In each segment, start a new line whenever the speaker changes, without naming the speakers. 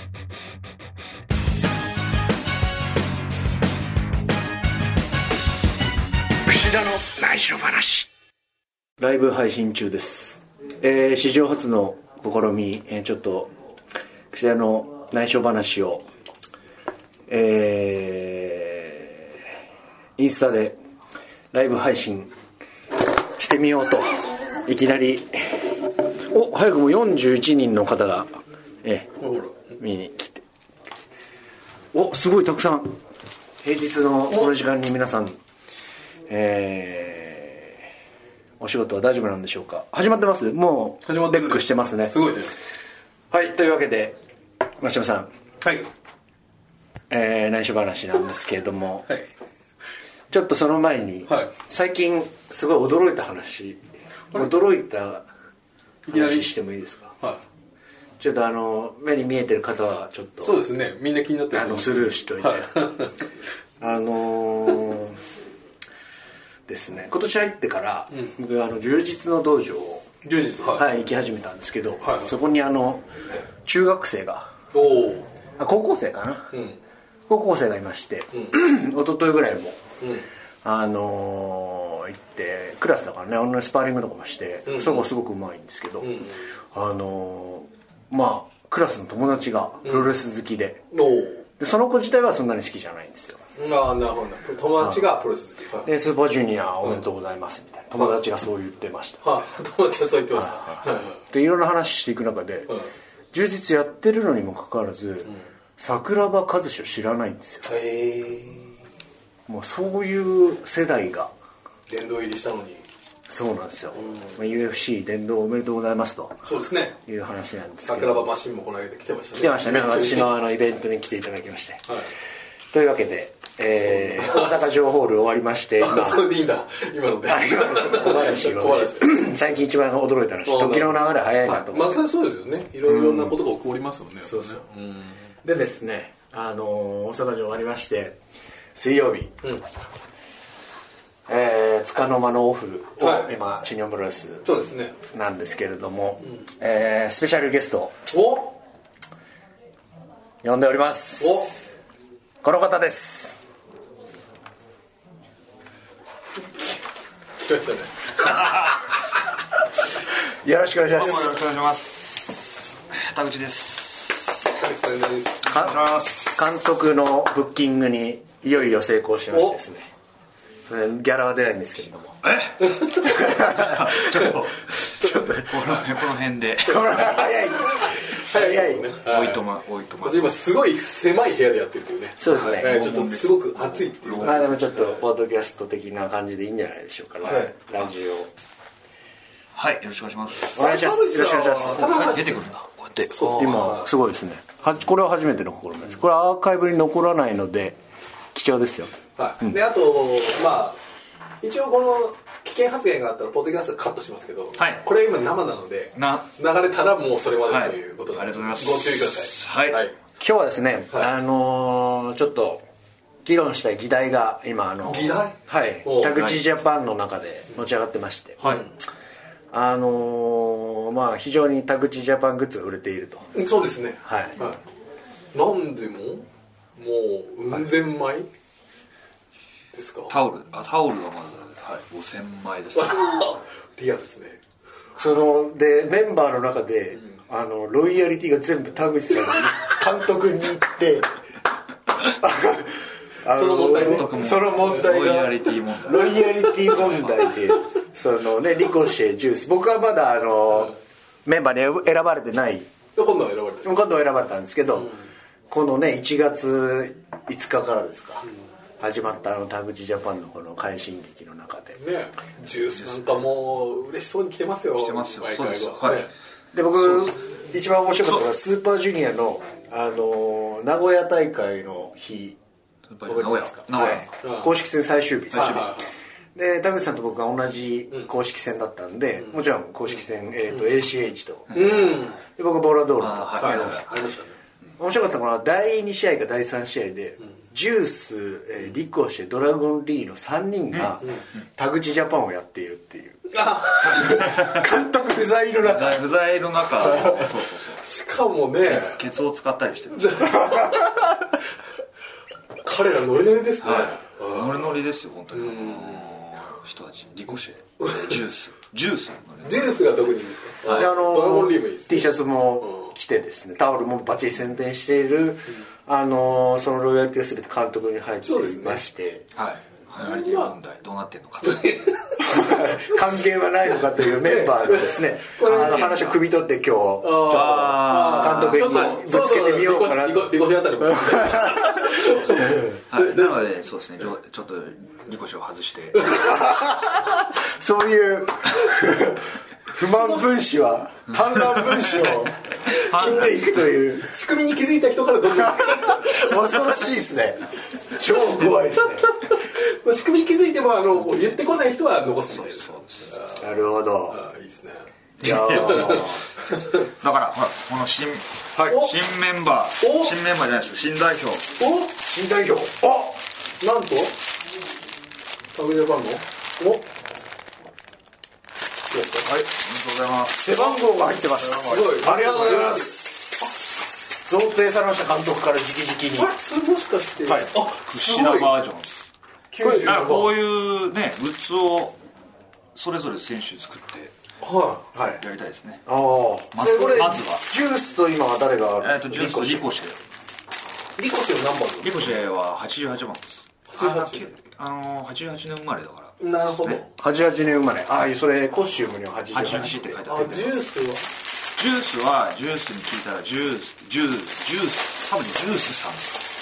串田の内緒話。ライブ配信中です。史上初の試み、ちょっと串田の内緒話を、インスタでライブ配信してみようと、いきなり早くも41人の方が、見に来て、すごいたくさん。平日のこの時間に皆さん、お仕事は大丈夫なんでしょうか。始まってます。もうレックしてますね。
すごいです。
はい、というわけで真島さん、
はい、
内緒話なんですけれども、
はい、
ちょっとその前に、
はい、
最近すごい驚いた話してもいいですか。はい、ちょっと目に見えてる方はちょっと、
そうですね、みんな気になってる
スルーしといて、はいですね、今年入ってから、僕充実の道場を行き始めたんですけど、そこに中学生が、高校生かな、高校生がいまして、一昨日ぐらいも、行ってクラスだからね、オンラインスパーリングとかもして、そこはすごくうまいんですけど、クラスの友達がプロレス好きで、その子自体はそんなに好きじゃないんですよ。
なるほど。友達がプロレス好き、
でスーパージュニアおめでとうございますみたいな、友達がそう言ってました。
友達はそう言ってました。
でいろんな話していく中で、充実やってるのにもかかわらず、桜庭和志を知らないんですよ。もうそういう世代が
殿堂入りしたのに。
そうなんですよ、UFC 殿堂おめでとうございますと、
そうですね、
いう話なんですけど、
桜庭マシンもこの間来てましたね。
来てましたね、私のイベントに来ていただきまして、というわけで、大阪城ホール終わりまして、
それでいいんだ、今ので。
小話を最近一番驚いた話、時の流れ早いなと思って。
そうですよね、いろいろなことが起こりますよね。そうそう。
でですね、大阪城終わりまして、水曜日、つかの間のオフを、今新日本プロレスなんですけれども、スペシャルゲストを呼んでおります。この方です。
来ましたね。
よろしくお願いします。
よろしくお願いします。田口です。
監督のブッキングにいよいよ成功しましてですね、ギャラは出ないんですけれども、
ちょっとこの辺で
早い
おいとま
今すごい狭い部屋でやってるっていうね。
そうですね、
ちょっとすごく暑いっていう。
でもちょっとポッドキャスト的な感じでいいんじゃないでしょうかね、ラジオ。
はい、よろしくお願いします。
お願いします。よろしくお願いします。
出てくるんだ、こうやって。
今すごいですね。これは初めての試みです。これはアーカイブに残らないので貴重ですよ。
で、あと一応この危険発言があったらポッドキャストカットしますけど、これ今生なので流れたらもうそれまでということなので、ご注意ください。今
日はですね、ちょっと議論したい議題が今
議題、
田口ジャパンの中で持ち上がってまして、非常に田口ジャパングッズが売れていると。
そうですね。なんでもうん千枚ですか。
タオルがまだ5000枚ですね。
リアルですね。
でメンバーの中で、ロイヤリティが全部田口さんに監督に行ってその問題がロイヤリティ問題でリコシェジュース、僕はまだメンバーに選ばれてない。
今度は
選ばれたんですけど、このね1月5日からですか、始まった田口ジャパンのこの快進撃の中で
ね、ジュースなんかもう嬉しそうに来てますよ。
そうです。
で、僕一番面白かったのはスーパージュニアの名古屋大会の日、覚えてますか。公式戦最終日で、田口さんと僕が同じ公式戦だったんで、もちろん公式戦、ACH と、で僕ボーラドールとありましたね。面白かったのは第2試合か第3試合で、ジュース、リコシェ、ドラゴンリーの3人が田口ジャパンをやっているっていう。 監督不在の中
そう
しかもね
ケツを使ったりしてる
彼らノリノリですね、
ノリノリですよ本当に人たちリコシェジュース
が特にいいんですか。
ドラゴンリーグいいです、ね、T シャツも着てですね、タオルもバッチリ宣伝しているそのロイヤリティが全て監督に入っていまして、
はいロイヤリティ問題どうなってんのかと
関係はないのかというメンバーのですね話を汲み取って今日ちょっと監督にぶつけてみようかなと。
リコシあたりも
なのでそうですねちょっとリコシを外して
そういう不満分子は反乱分子を切っていくという
仕組みに気づいた人からどんどん
恐ろしいですね。超怖いですね。
仕組みに気づいても言ってこない人は残すみたい
な。なるほど。
いいですね。
いやだ
からほらこの新メンバーじゃないですよ、新代表
なんとタグジャパンの
はい、ありがとうございます。
背番号が入ってます。すごい。ありがとうございます。贈呈されました監督から直々に。
あれそれもしかして。
はい。串田バージョンです。こういうねグッズをそれぞれ選手作ってやりたいですね。
まずはジュースと今は誰がある？
ジュースとリコシェ。
リコシェは何番？
リコシェは88番です。88年生まれだから。
なるほど。
88年生まれ。それコスチュームには88
って書いてある。
ジュースに
聞いたらジュース多分ジュースさん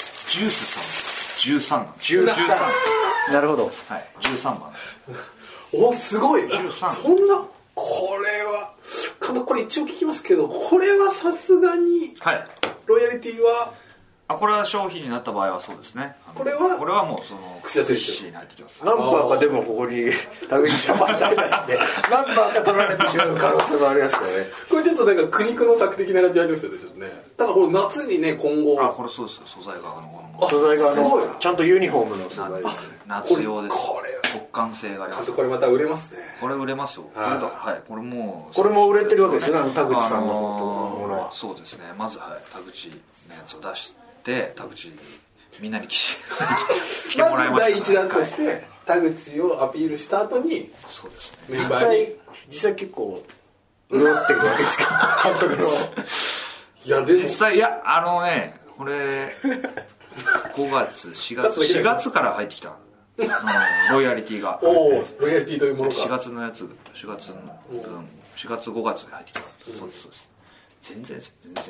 13なんです。
13なるほど。
はい13番。
すごい。
13
そんなこれはこれ一応聞きますけど、これはさすがにロイヤリティは
これは商品になった場合はそうですね。
これは
もうその
串田選手
に入ってきます。
ナンバーがでもここに田口ジャパンないですね。ナンバーが取られてしまう可能性もありますからね。
これちょっとなんか苦肉の策的な感じありますよねちょっとね。ただこの夏にね今後
これそうですよ、素材側の
ちゃんとユニフォームの素材ですね。
夏用です。速乾性があります。
これまた売れますね。
これ売れますよ。これも
売れてるわけですよね。田口さんのものは。
そうですね。まず田口のやつを出して田口みんなに来てもらいました。
まず第一弾として田口をアピールした後に
そうですね。
メンバーに
実際結構潤ってるわけですか監督の。
実際これ5月4月から入ってきたロイヤリティが
ロイヤリティというものが
4月のやつ4月5月で入ってきた。そうです全然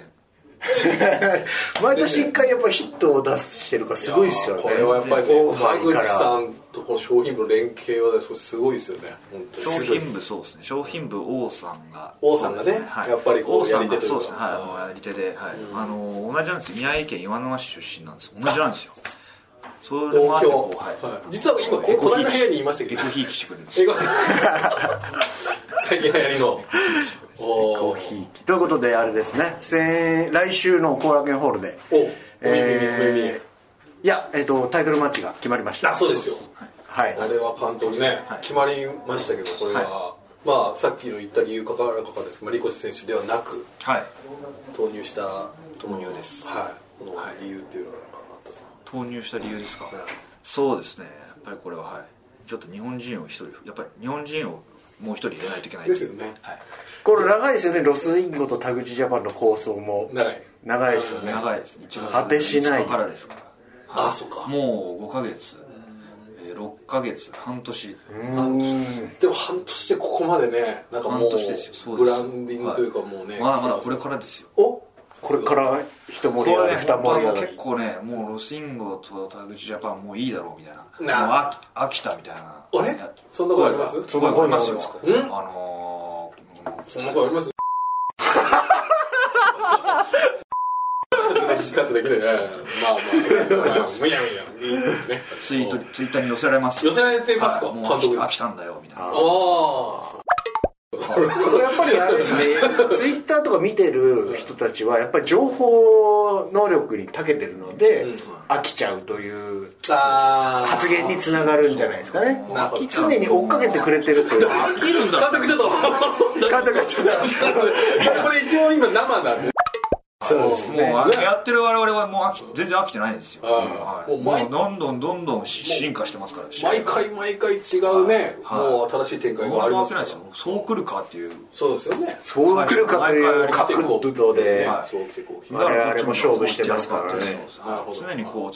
毎年1回やっぱヒットを出してるからすごいですよね。
これはやっぱり田口さんとこの商品部の連携はすごいですよね。
商品部そうですね。商品部王さんが
ねやっぱり
王さんがそうですね。やり手で同じなんですよ。宮城県岩沼市出身なんですよ。同じなんですよ。それもあって
実は今隣の部屋にいましたけど
エコひいきしてくれるんですよ。
最近流行りの
コーヒーということであれですね、来週の後楽園ホールでタイトルマッチが決まりました。
そうですよ。
はい、
あれは監督ね決まりましたけど、これはさっきの言った理由かからかですけどリコシ選手ではなく投入した
投入です。
この理由っていうのは
投入した理由ですか。そうですね。やっぱりこれはちょっと日本人を一人やっぱり日本人をもう一人入れないといけない
ですよね。
これ長いですよね。ロスインゴと田口ジャパンの構想も長いですよね。
長いです。1月
果てしない
からですから。
そうか。
もう5ヶ月6ヶ月半年
でも半年でここまでねなんかもうブランディングというかもうね
まだこれからですよ。
これから一盛り上がり二盛り上がり。
結構ねもうロスインゴと田口ジャパンもういいだろうみたいな、もう飽きたみたいな。
あれそんな声あります？
そんな声ありますよ。
そんな声あります？カットできるね。むや
ツイッターに寄せられます。
寄せられてますか？
もう飽きたんだよみたいな。
これやっぱりあれですね。ツイッターとか見てる人たちはやっぱり情報の能力に長けてるので、飽きちゃうという発言につながるんじゃないですかね。常に追っかけてくれてるという。
飽きるんだ。監督ちょっとこれ一応今生なんで。
そうですね。もうやってる我々はもう全然飽きてないんですよ。もうどんどん進化してますから。
毎回違うね、もう新しい展開がありますから。
そう来るかっていう。
そうですよね。
そう来るかという角度で我々も勝負してますからね。
常にこう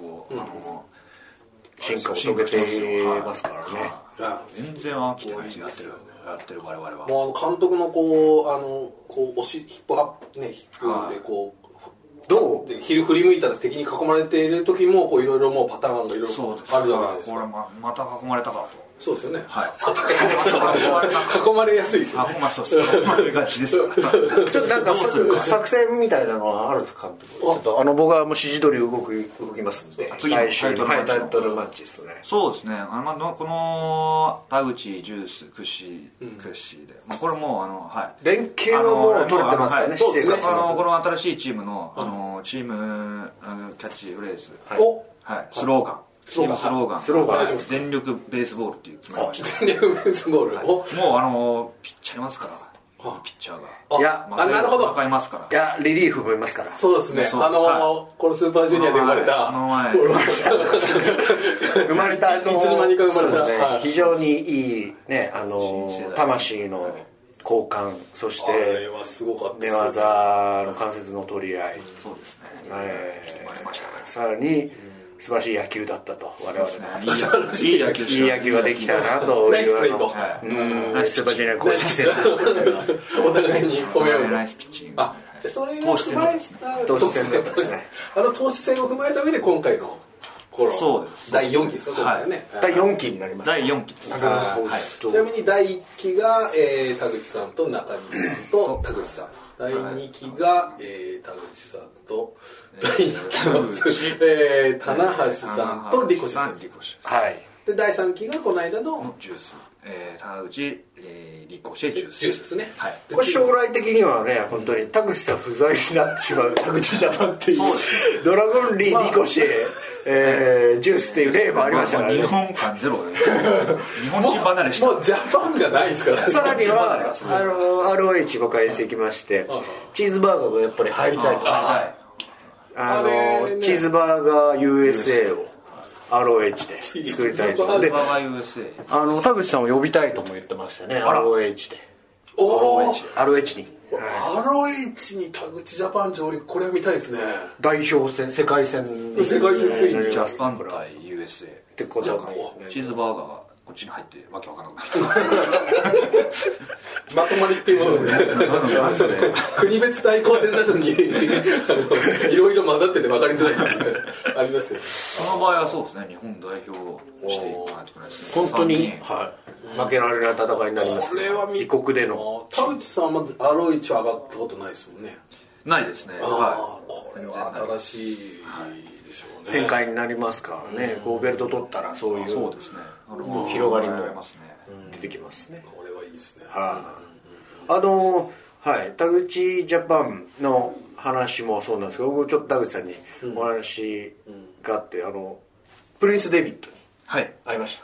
進化を遂げてますからね。
全然飽きてないですよ。やってる我々は。
もう監督のヒップハップね、ヒップでどう振り向いたら敵に囲まれている時もいろいろもうパターンがいろいろあるじゃないですか。
これまた囲まれたかと。
そうですよね。
はい。
囲まれやすいですよね。
囲まれがちですから。ちょ
っとなんか作戦みたいなのはあるんですか監督。ちょっと僕はもう指示通り動きますんで。来週のタイトルマッチですね。
そうですね。この田口ジュース屈指で、これも
連携はもう取れてますかね。
そうですね。この新しいチームのチームキャッチフレーズ、スローガン。チームスローガン全力ベースボールっていう決まりました。
全力ベースボール。
もうピッチャーいますから、ピッチャーが。
いや、
なるほど。いますから。
いや、リリーフもいますから。
そうですね。このスーパージュニアで生まれた。
生まれた
いつの間にか生まれた。
非常にいいね、魂の交換、そして寝技の関節の取り合い。
そうですね。
さらに素晴らしい野球だったと我々
もいい野球
ができたなと
ナイスプレーと
スーパージュニア公式戦
お互いに褒め合う
ナイスピッチング。
じゃあそれを踏まえ
投手戦ですね。
投手戦を踏まえた上で今回の第4期ですか。今回ね
第4期になります。
第4期です。
ちなみに第1期が田口さんと中西さんと田口さん、第2期が田口さんと第2期は棚橋さんとリコシさん。で第3期がこの間の
ジュース、棚口、リコシジュース
ですね。
これ将来的にはね、本当に田口さん不在になってしまう田口ジャパンっていうドラゴンリーリコシジュースっていう例もありましたからね。
日本間ゼロで日本人離れした。
もうジャパンがないですから。
さらにはROH 僕は遠征行きまして、チーズバーガーがやっぱり入りたいと。チーズバーガー USA をROH で作りたいと。で、田口さんを呼びたいとも言ってましたね。ROH で。ROH に。
ROH に田口ジャパン上陸、これは見たいですね。
代表戦、世界戦
ついに
ジャパン対 USA
ってことは
チーズバーガーがこっちに入ってわけわからなくなる。
まとまりっていうものがね、国別対抗戦なのにいろいろ混ざってて分かりづらいありますよね。
その場合はそうですね、日本代表をしていかないといけないですね。
本当に負けられない戦いになります。
これは
異国での。
田口さんはROH上がったことないですもんね。
ないですね。
これは新しいでしょうね。
展開になりますからね。ベルト取ったらそういう。
そうですね。
広がりも出てきますね。
これはいいですね。
田口ジャパンの話もそうなんですけど、僕ちょっと田口さんにお話があって、プリンス・デビッドに会いました。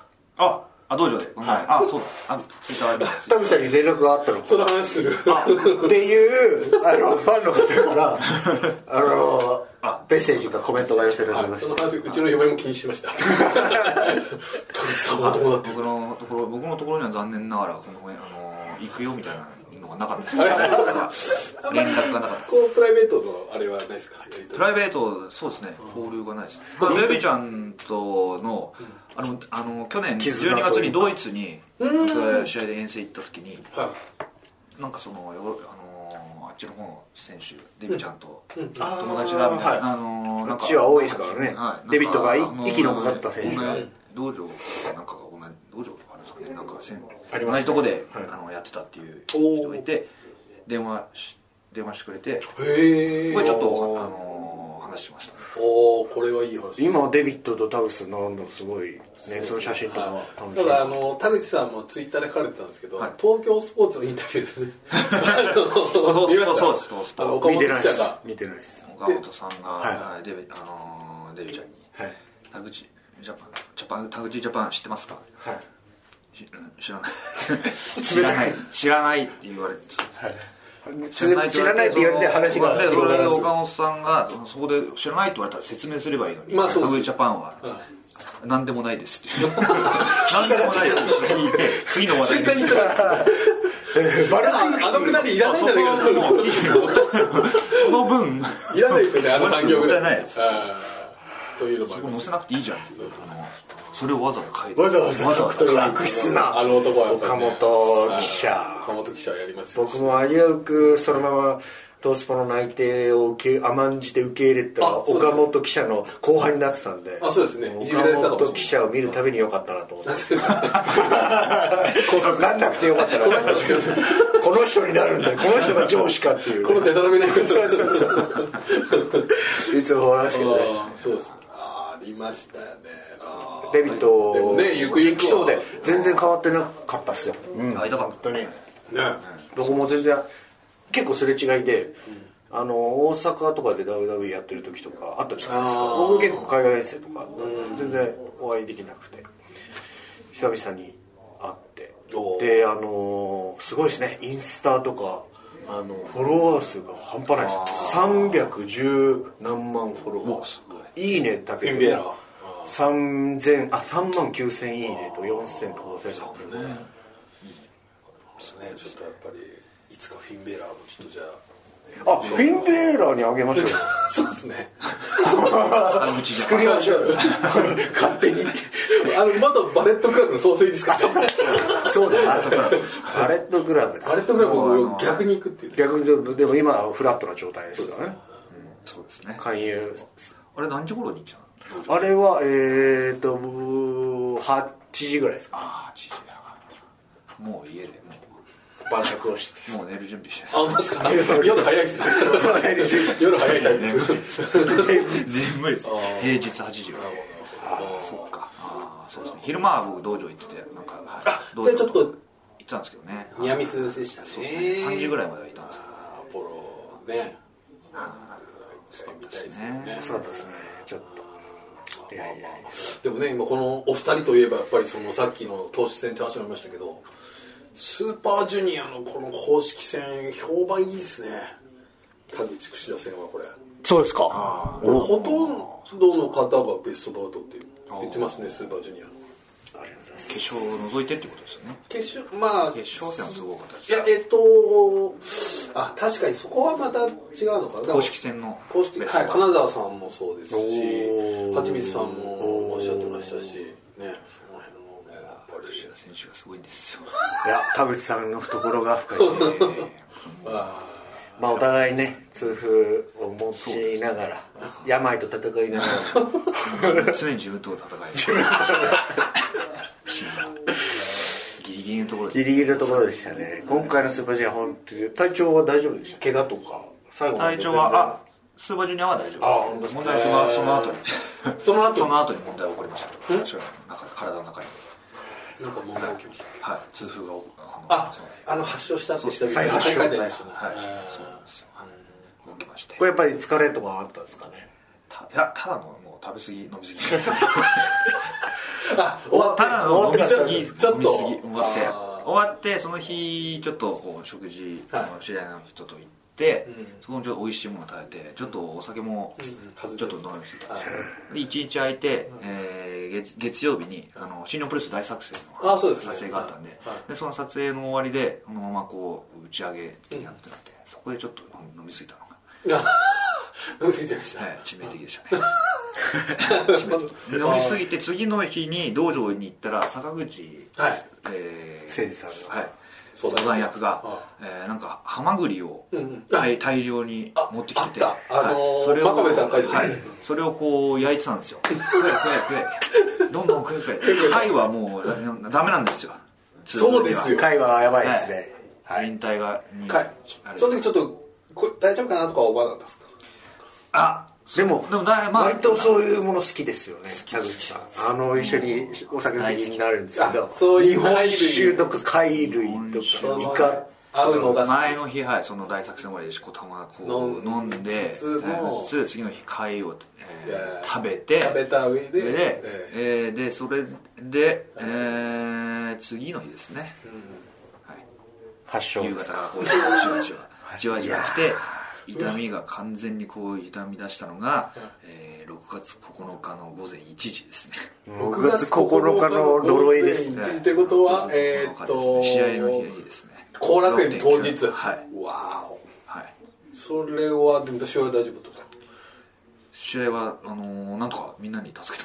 道場で。そうだ。ツイッター
田口さんに連絡があったの。
その話する。
っていうファンの方からメッセージかコメントが寄せられました。
その話うちの嫁も気にしてました。田口さんはどうなってる。
僕のところには残念ながら行くよみたいなのがなかった。連絡がなかった。
プライベートのあれはないですか。
プライベートそうですね。交流がないです。デビちゃんとの去年12月にドイツに試合で遠征行った時に、なんかあっちの方の選手デビちゃんと友達だみたいな、
こっちは多いですからね。デビットが息のかかった選手が
道場なんかが同じ道場とかあるんですかね。なんか同じとこでやってたっていう人がいて、電話してくれて、これちょっと話しました。
おー、これはいい話。
今デビッドと田口さん並んだのすごいね、その写真とか楽しい。
ただ田口さんもツイッターで書かれてたんですけど、東京スポーツのインタビューでね
そうです
岡本記者が
見てないです。
岡本さんがデビちゃんに田口ジャパン知ってますか？はい。知らないって言われて、
知らないって言われて話が
それで岡本さんがそこで知らないって言われたら説明すればいいのに、田口ジャパンは何でもないですって何でもないですって聞いて次の話題に
あのくだりいらないんじゃないかな
その分
いらないですよね、産業ぐらい
ないです
というのもあります。
そこ載せなくていいじゃんっていうそれをわざわざ書いて
わざわざ悪質な
男は
岡本記者
やります
よ。僕も危うくそのままトースポの内定を甘んじて受け入れたら岡本記者の後輩になってたんで、
そうですね、
岡本記者を見るたびによかったなと思ってなんなくてよかったなこの人になるんだ、この人が上司かっていう、
このデタラメな人
いつも思いますけどね。
そうです、ありましたよね。
デビッド
でもね、ゆくゆく
そうで全然変わってなかったっすよ。
会いたかった
本当にね。僕も全然結構すれ違いで、大阪とかで WWE やってる時とかあったじゃないですか。僕結構海外遠征とか全然お会いできなくて久々に会ってですごいですね。インスタとかフォロワー数が半端ないですよ。310何万フォロワー、いいねだけで3万9000いいねと4000と5000だったね。
ちょっとやっぱりいつかフィンベーラーもちょっとじゃ
フィンベーラーにあげましょうよ
そうですね
作りましょうよ勝手に
まだバレットクラブの総帥ですか？
そうだな、バレットクラブ
を逆に行くっていう、
逆にでも今はフラットな状態ですからね。
そうですね。
勧誘
あれ何時頃に行っちゃうの？
あれは8時ぐらいですか。
8時もう家で
晩酌をして
もう寝る準備して
本当ですか？夜早いですね夜早いタイプです
眠いです。平日8時ぐらい。そっか。そうですね。昼間は僕道場行っててなんか
じゃあちょっと
行ってたんですけどね。
ニアミスでしたね。
そうですね。3時ぐらいまではいたんですけど。
アポロね。
そうですね。
そうですね。ちょっと。
でもね、今このお二人といえばやっぱりそのさっきの投手戦って話もありましたけど、スーパージュニアのこの公式戦評判いいですね。田口櫛田戦はこれ。
そうですか。
ほとんどの方がベストバウトって言ってますね、スーパージュニア。
決勝を除いてってことですよね。
決勝
戦はすごかったです。
いや確かにそこはまた違うのかな。
公式戦の
金沢さんもそうですし、はちみつさんもおっしゃってましたしね。その辺のね、やっぱり
櫛田選手がすごいんですよ。
いや、田口さんの懐が深いですねまあお互いね、痛風を持ちながら病と戦いなが
ら常に自分と戦いギリギリのところ
でしたね。今回のスーパージュニア本当に体調は大丈夫でした？怪我とか
体調はスーパージュニアは大丈夫。問題はその後にその後に問題が起こりました。体の中に
なんか問題起きました。
はい、痛風が
発症したって
再発症
そうなんですよ。起きまして。
これやっぱり疲れとかあったんですかね？
いや、ただのもう食べ過ぎ飲み過ぎ
ただの飲み過ぎ
終わってその日ちょっと食事知り合いの人と行って、そこにちょっと美味しいものを食べてちょっとお酒もちょっと飲み過ぎたんですよ。で1日空いて月曜日に新日本プロレス大作戦の撮影があったんで、その撮影の終わりでこのままこう打ち上げになってそこでちょっと飲み過ぎたのが
飲み過ぎちゃいました。
致命的でしたね飲み過ぎて次の日に道場に行ったら坂口
誠司さん
が相談役がなんかハマグリを大量に持ってきてて、それを真壁さん書いてますね。それをこう焼いてたんですよ。食えどんどん食え貝はもうダメなんですよ。
そうですよ。
貝はやばいですね。
引退が
その時ちょっとこれ大丈夫かなとか思わなかったですか？
でも割とそういうもの好きですよね、田口さん。一緒にお酒の席になるんですけど、
そういう
日本酒とか貝類とかイカ
合うのが
前の日、その大作戦終わりでしこたまこう飲んで次の日貝を食べ
た上
でそれで次の日ですね、
発症
夕方がこうじわじわ来て痛みが完全にこう痛み出したのが6月9日の午前1時ですね。
6月9日の呪いですね。
ということは
試合の日ですね。
後楽園当日。
はい。
わお。
はい。
それはでも試合は大丈夫ですか？
試合はなんとかみんなに助けても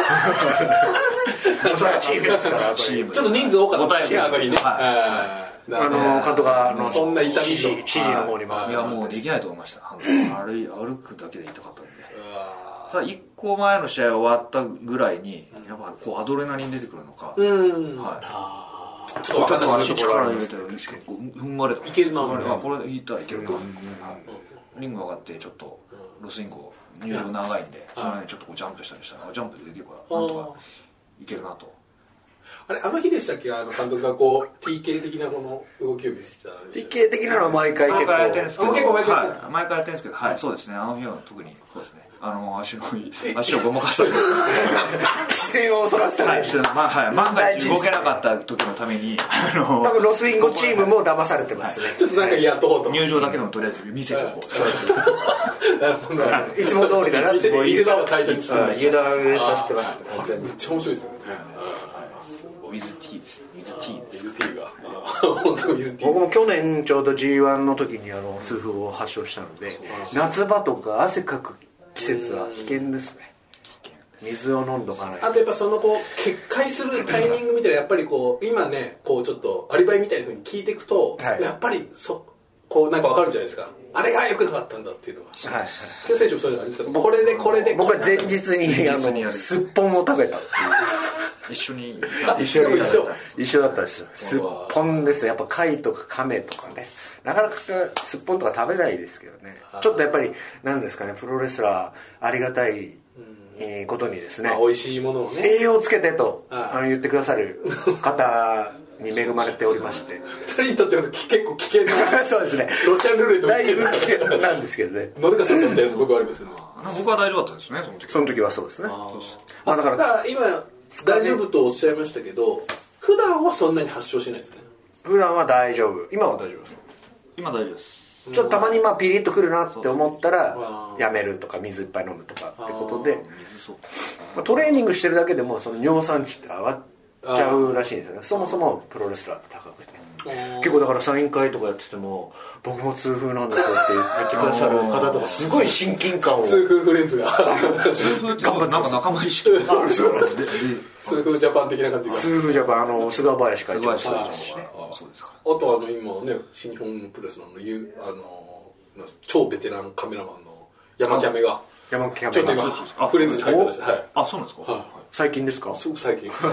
らって。
それはチームですから。
ちょっと人数多かったですね、あの日ね。
監督が
そんな痛み
指示の方にも
いやもうできないと思いました。歩くだけで痛かったんで。さあ1個前の試合終わったぐらいにやっぱこうアドレナリン出てくるのか。はい。ちょっと足力入れて踏ん張れた。
いけるな。
これいったらいけるな。リング上がってちょっとロスインコ入場長いんでその間にちょっとこうジャンプしたりしたらジャンプでできればなんとかいけるなと。
あの日でしたっけ、監督がこう TK 的なこの動きを見せてた。
TK 的なのは毎回
結構やってるんですけど、
毎回
やってるんですけど、はいそうですね、あの日は特にそうですね、足をごまかすために
視線をそらすために、
万が一動けなかった時のために
多分ロスインゴチームも騙されてますね。
ちょっとなんかやっとこうと
入場だけのとりあえず見せておこう。
なるほど、いつも通りだなって。
伊沢を最初に
油断させてます。
めっちゃ面白いですよね。
ウィズティーです。ウィズティ
ーが本当ウィズティー。
僕も去年ちょうど G1 の時に痛風を発症したので、夏場とか汗かく季節は危険ですね。水を飲んどかないと。
あとやっぱそのこう決壊するタイミングみたいな、やっぱりこう今ねこうちょっとアリバイみたいな風に聞いていくと、やっぱりこうなんかわかるじゃないですか。あれが良くなかったんだっていうのが。はい。今日選手もそういうのありますよ。これで
僕は前日にすっぽんを食べたっていう。
一緒
だったんですよ。すっぽんです。やっぱ貝とか亀とかね、なかなかすっぽんとか食べないですけどね。ちょっとやっぱりなんですかね、プロレスラーありがたいことにですね、
美味しいものをね、
栄養をつけてと言ってくださる方に恵まれておりまして、
2人にとっては結構危険な
そうですね、
ロシアンルーレット
だいぶ危険なんですけどね。
乗るかそれかみたいなの僕はありますよね。
僕は大丈夫だったんですね、
その時はそうですね。
だから今大丈夫とおっしゃいましたけど、普段はそんなに発症しないですね。
普段は大丈夫。今は大丈夫です。
今大丈夫です。
ちょっとたまにピリッとくるなって思ったらやめるとか水いっぱい飲むとかってことで、トレーニングしてるだけでもその尿酸値って上がっちゃうらしいんですよね。そもそもプロレスラーって高くて、結構だからサイン会とかやってても僕も痛風なんですよって言ってくださる方とかすごい親近感を。
痛風フレンズが
痛風ってなんか仲間意識
そうなんです。
痛風ジャパン的な感じが。
痛風ジャパン菅林会長もそうですしね。
あと今ね新日本プロレスの超ベテランカメラマンの山キャメがちょっと今フレンズに入ってました。
あ、そうなんですか。
最近ですか。
すごく最近。結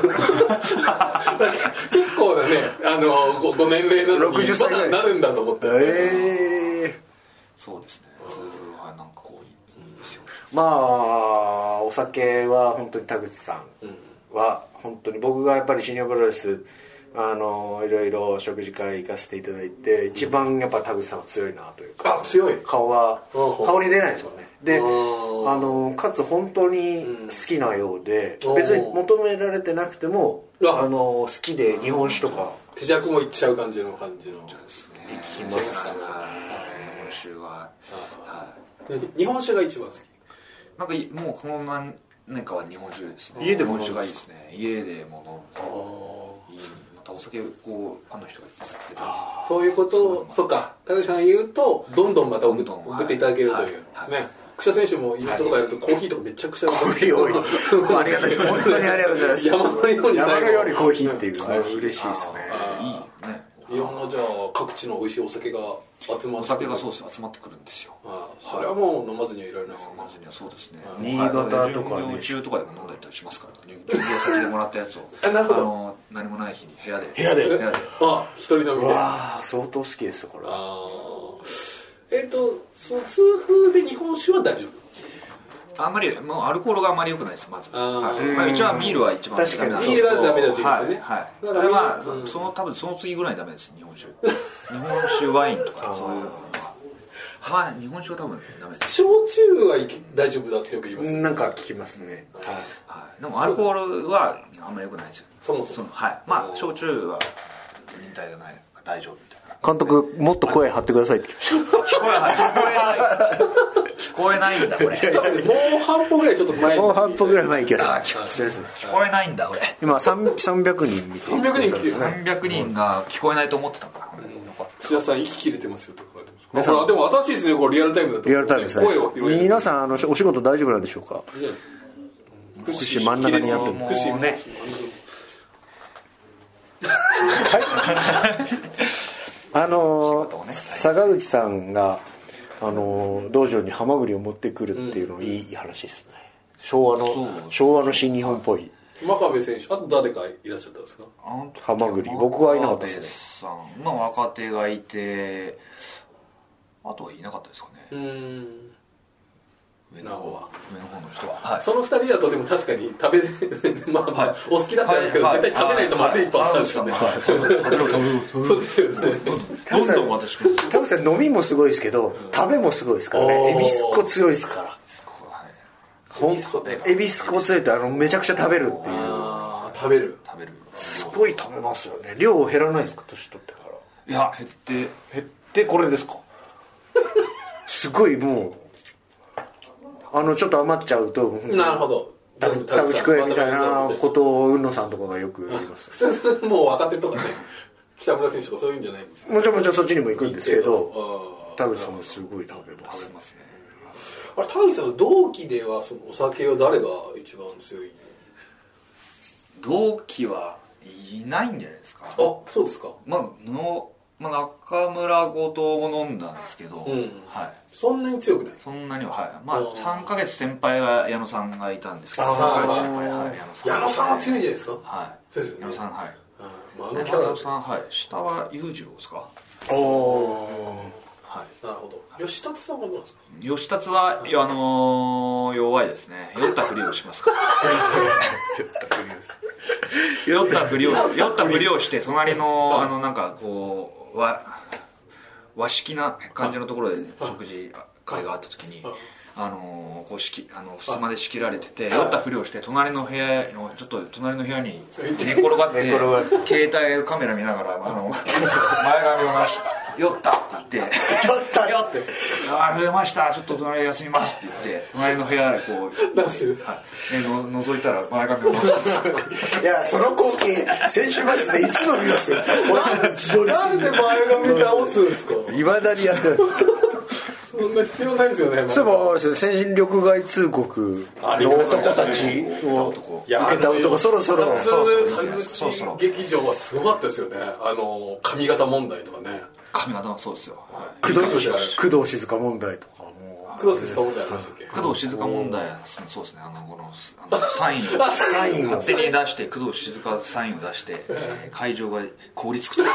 構なねご年齢なのに
60歳ぐらい
なるんだと思って。
そうですね。痛風はなんかこういいですよ。
まあお酒は本当に田口さんは本当に僕がやっぱり新日本プロレスいろいろ食事会行かせていただいて一番やっぱ田口さんは強いなというか。
強い。
顔に出ないですもんね。でかつ本当に好きなようで、別に求められてなくても好きで日本酒とか
手酌もいっちゃう感じの
行きますね。
日本酒が一番好き。
なんかもうこの何年かは日本酒ですね。家で日本酒がいいですね。家でも飲む。またお酒こう人が出たりする。
そういうことをそうか田口さんが言うとどんどんまた送っていただけるというね。櫛田選手もいろんなところやるとコーヒーとかめちゃくちゃ
コーヒー多い。ありがたいです。本当にありがとうございます。
山のよ
うにコーヒーっていうのは嬉しいですね。
いいね。
いろんなじゃあ各地の美味しいお酒が集まって、
お酒がそうです集まってくるんですよ。
それはもう飲まずにはいられないですよね。
飲まずにはそうですね。
新潟とかね、
中とかでも飲んだりしますからね。準備先でもらったやつを
なるほど
何もない日に部屋で
一人飲みで。
わあ相当好きですよこれ。
その痛風で日本酒は大丈夫。
あんまりもうアルコールがあんまり良くないですまず、はい、うちはビールは一番
ダメなんです。ビールがダメだということね。
はい。だからまあ多分その次ぐらいダメです日本酒。日本酒ワインとかそういうのはまあ日本酒は多分ダメです。
焼酎は大丈夫だってよく言いますよね。
なんか聞きますね。
はい。でもアルコールはあんまり良くないですよ。
そもそも。
はい。まあ焼酎は忍耐がない大丈夫みたいな。
監督もっと声張ってくださいって
聞こえないんだこれ。も
う半歩ぐらいちょっと前。
もう半歩ぐらい前行きま
す。聞こえないんだこれ。
今300人見て。
300人が聞こえないと思ってたから。
土屋さん息切れてますよとか。ほらでも新しいですねこれリアルタイムだと。
リアルタイムですね。
声を拾える。
皆さんお仕事大丈夫なんでしょうか。串真ん中にやってる。
串ね。
坂口さんが道場にハマグリを持ってくるっていうのいい話ですね。昭和の新日本っぽい。
真壁選手あと誰かいらっしゃったんですか。
ハマグリ僕はいなかったですね。
若手がいてあとはいなかったですかね。上の方の人は、はい、
その2人だとでも確かに食べまあ、はい、お好きだったんですけど、はい、絶対食べないとまずいパターンですよね。そうですよね。
どんどん私くる。
田口さん飲みもすごいですけど、食べもすごいですからね。エビスコ強いですから。エビスコ強いとめちゃくちゃ食べるっていう。
食べる。
すごい食べますよね。量減らないですか年取ってから。
いや減って
これですか。すごいもう。ちょっと余っちゃうと
なるほど
田口食えみたいなことを海野さんとかがよく言います。
普通もう若手とかね北村選手とかそういうんじゃないんですか。
もちろんそっちにも行くんですけど田口さんもすごい食べますね。
あれ田口さんの同期ではそのお酒は誰が一番強い。
同期はいないんじゃないですか。
あそうですか。
中村後藤も飲んだんですけど、はい。
そんなに強くない。
そんなにははい。3ヶ月先輩が矢野さんがいたんですけど、3ヶ月先輩
矢野さんは強いんじゃないですか。
はい。
そうですよね。
矢野さんはい。
矢
野さんはい。下は裕次郎ですか。
おお。はい。なるほど。吉達さんはどうなんですか。
吉達は弱いですね。酔ったふりをしますから。酔ったふりをして隣のなんかこう和式な感じのところで食事会があった時にこう襖で仕切られてて酔ったふりをして隣の部屋に寝転がって携帯カメラ見ながら前髪を回して酔ったって言って酔って酔いましたちょっと隣休みますって言って隣の部屋でこう覗いたら前髪を回して
いやその光景先週末でいつも見ますよ。
なんで前髪直すんですか。
いまだにやってる。
そんな必要ないですよね。
そういえば戦力外通告の男たちを受けた男そろそろ
田口劇場はすごかったですよね。髪型問題とかね。
髪型はそうですよ。
工藤静香問題とかも。
工藤静香問題ありましたっけ。
工藤静香問題そうですね。サインを勝手に出して工藤静香サインを出して会場が凍りつくと。後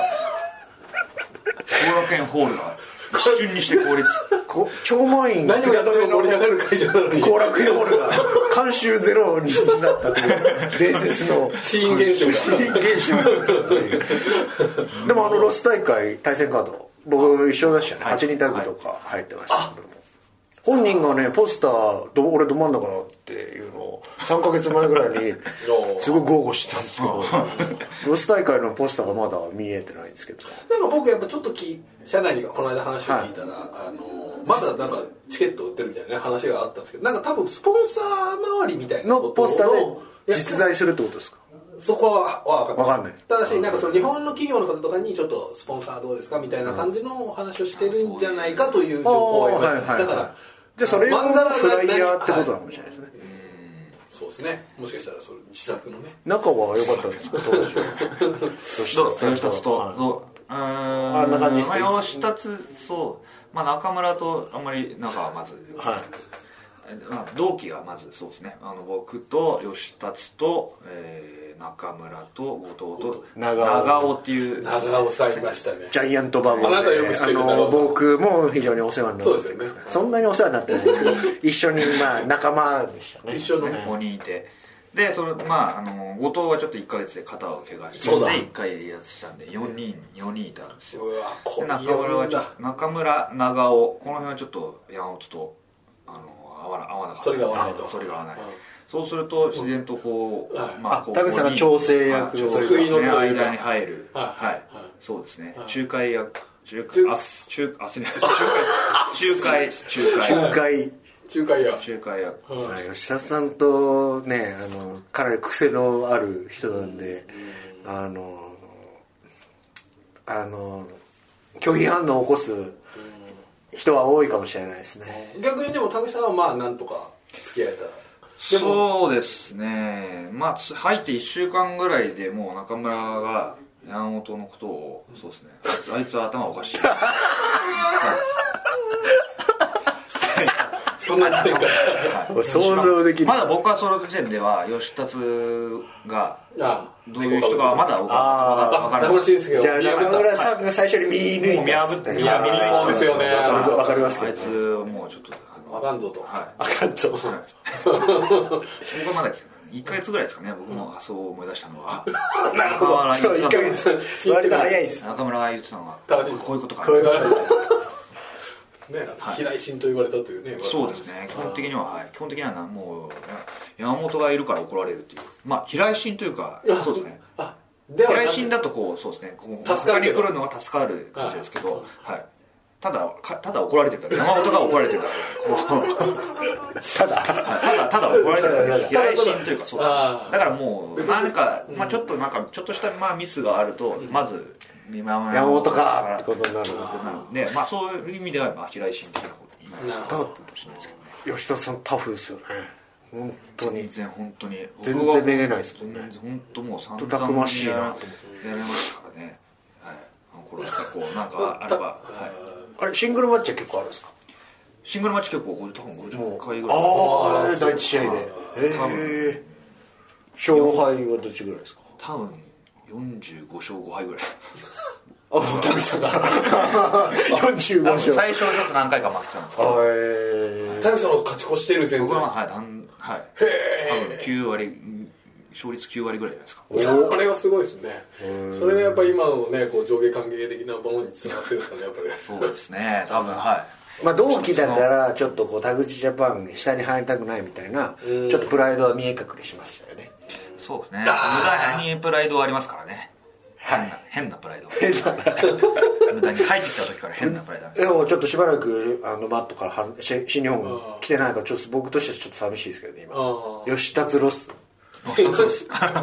楽園ホールが一瞬にして凍りつく。
超満員
何をやっても盛り上がる会場なのに
後楽園ホールが観衆ゼロになったという伝説の
シーン現象
でもロス大会対戦カード僕一緒でしたね。8人タッグとか入ってましたけども本人がねポスター俺ど真ん中だっていうのを3ヶ月前ぐらいにすごい豪語してたんですけどロス大会のポスターがまだ見えてないんですけど
なんか僕やっぱちょっと社内にこの間話を聞いたら、まだなんかチケット売ってるみたいな、ね、話があったんですけどなんか多分スポンサー周りみたいな
のポスターで実在するってことですか。
そこは分かんない。ただしなんかその日本の企業の方とかにちょっとスポンサーどうですかみたいな感じのお話をしてるんじゃないかという情報がありました、ね。だから
じゃあそれをフライヤーってことなのかもしれないですね。
そうですね。もしかしたらそれ自作のね。
仲は良かったんですか当時。
吉達と
あんな感じですね。
吉達そう中村とあんまり仲はまず。 同期がまずそうですね、僕と吉達と、中村と後藤と長尾っていう
長尾さんいましたね。
ジャイアントバブルで、
あなたよく知ってる
僕も非常にお世話になって、
そうですよね、
そんなにお世話になってないんですけど一緒に仲間でしたね。
一緒の
5人いて、でそれ後藤はちょっと1ヶ月で肩を怪我して1回離脱したんで4人いたんですよ。中村長尾、この辺はちょっと山本と合わなかった。
それが合わない、
そうすると自然と
田口さんが調整役を
間に入る、そうですね、仲介役、仲介役、
吉田さんとね、かなり癖のある人なんで、拒否反応を起こす人は多いかもしれないですね。
逆にでも田口さんはなんとか付き合えた。
そうですね、入って1週間ぐらいでもう中村が山本のことを、そうですね、あいつは頭おかしい
そんな時点から、
想像できる。
まだ僕はその時点では吉達がどういう人かはまだ分からない。
じゃあ中村さんが最初に見抜いた、
そうですよね、
分かりますけど、
あいつもうちょっと
あかんぞと、
あかんぞ。
僕はまだ1ヶ月ぐらいですかね、僕もそう思い出したのは。
なるほど、1ヶ月割と早いです。
中村が言ってたのはこういうことか
ね、飛来神と言われたというね。
そうですね、基本的にはもう山本がいるから怒られるっていう、飛来神というか、そうですね、飛来神だとそうですね、助かり来るのは助かる感じですけど、ただ怒られてるだけ、山本が怒られてるだけ、ただ怒られてるだけ、飛来神というか、そうですね、だからもうなんかちょっとしたミスがあるとまず
山本かってことになる
ので、そういう意味では飛来神的なことになるかもしれないですけどね。
吉田さんタフですよね、本当に。
本当に
全然めげないですもんね。
本当もう散々
たくましいなと思って
やられましたからね。これなんかあれば、
あれシングルマッチは結構あるんですか？
シングルマッチ結構多分50回ぐらい。
第一試合で。勝敗はどっちぐらいですか？
多分45勝5敗ぐらい。
田口さんが45勝。
最初ちょっと何回か負けてたんですけど、
田口さんの勝ち越してる全然。
僕は多分9割、勝率9割ぐらいじゃないですか。
これはすごいですね。それがやっぱり今のね、上下関係的なものにつながってるんですかね、やっぱり。
そうですね、多分
同期だからちょっと田口ジャパンに下に入りたくないみたいな、ちょっとプライドは見え隠れしましたよね。
そうですね、無駄にプライドはありますからね。変なプライド。無駄に入ってきた時から変なプライド。
でもちょっとしばらくマットから新日本来てないから、ちょっと僕としてはちょっと寂しいですけどね、今。吉達ロス。
それは今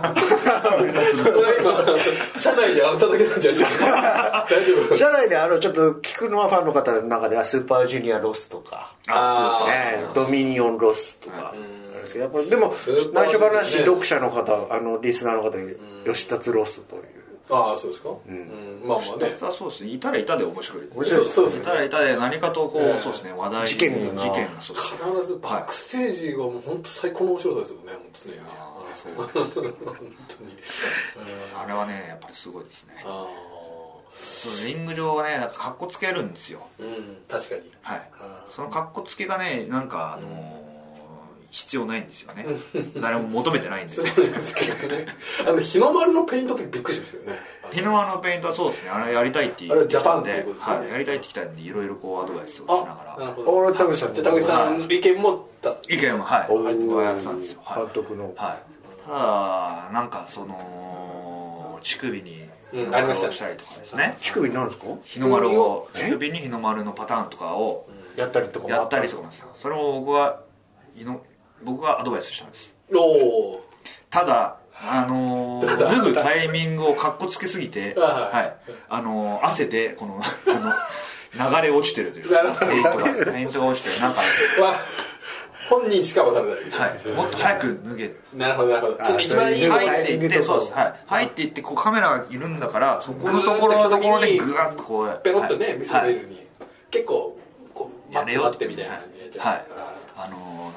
社内であなただけなんじゃないですか？大丈夫？
社内でちょっと聞くのはファンの方の中ではスーパージュニアロスとか、ドミニオンロスとかですけど、やっぱりでも内緒話、読者の方、リスナーの方で吉達ロスという。
そうですか。まあね。
そうですね。いたらいたで面白い。
そうですね。
いたらいたで何かとそうですね、話題
事件が
必ずバックステージがもう本当最高の面白さですよね。本当にね。
そうです。本当に。あれはね、やっぱりすごいですね。リング上はね、なんかカッコつけるんですよ。
確かに。
そのカッコつけがね、なんか必要ないんですよね。誰も求めてないんですよ。
日の丸のペイントってびっくりしましたよね。
日の丸のペイントはそうですね、あれやりたいって言ってたんで、やりたいってきたんで、いろいろアドバイスをしながら。
田口さん
の意見も
意見はやってたんですよ。
監督の。
ただなんか乳首に日の丸をしたりとかですね。
乳首なんですか？
日の丸を乳首に日の丸のパターンとかを
やったりとか
なんですよ。それを僕がアドバイスしたんです。ただ脱ぐタイミングをカッコつけすぎて、汗でこの流れ落ちてるというか、ペイントが落ちてる、なんか
本人しか分からない。
もっと早く脱げ。
なるほどなるほど。
一番いい入っていって、そうです。入っていってカメラがいるんだから、そこのところでグワッとこう
ペロッとね見せれるに結構
やれよ
ってみたいな感じで。
なん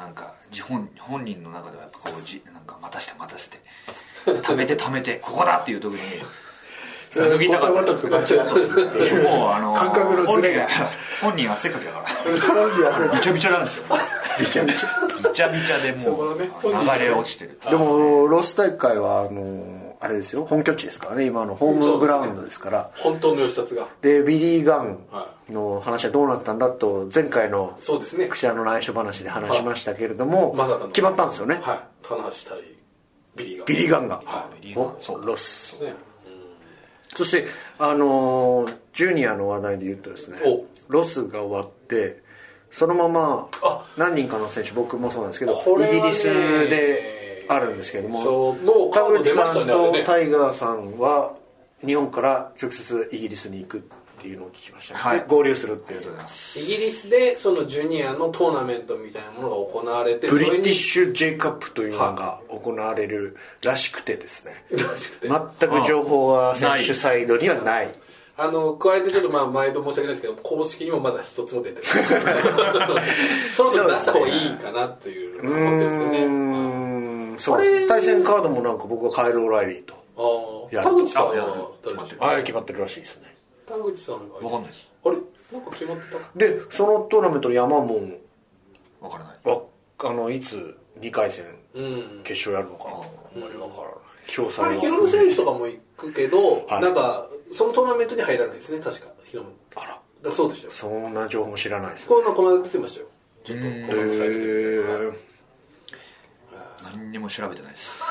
本人の中ではやっぱこうなんか待たせて貯めてここだっていう時に
脱ぎたかったもう感覚のズレが
本人汗かきだからびちゃびちゃなんですよ。びちゃびちゃでもう流れ落ちてる。
でもロス大会はあれですよ、本拠地ですからね、今のホームグラウンドですから、
本当の吉達が
でビリー・ガンの話はどうなったんだと前回のクシャの内緒話で話しましたけれども、決まったんですよね。
はい、棚橋対ビリー
ガンがロス、そしてジュニアの話題で言うとですね、ロスが終わってそのまま何人かの選手、僕もそうなんですけどイギリスであるんですけれども、田口さんとタイガーさんは日本から直接イギリスに行くっていうのを聞きました、ね。はい、合流するっていう。
イギリスでそのジュニアのトーナメントみたいなものが行われて、
ブリティッシュ J カップというのが行われるらしくてですね、全く情報は選手サイドにはない。
加えてちょっと毎度申し訳ないですけど、公式にもまだ一つも出てないそろそろ出した方がいいかなっていうのが思ってるんですよね。
そう対戦カードもなんか僕はカエル・オライリーと
田口さんは
決まってるらしいですね。
田口さんは
分かんないです。
あれなんか決まってた
で、そのトーナメントの山も
分からない。
いつ2回戦決勝やるのかな、あんまり分からない。詳細は
ヒロム選手とかも行くけど、なんかそのトーナメントに入らないですね、確かヒロム。だそうでしたよ。
そんな情報も知らないです
ね。この間出てましたよ。ちょっとこのサイトで
何にも調べてないです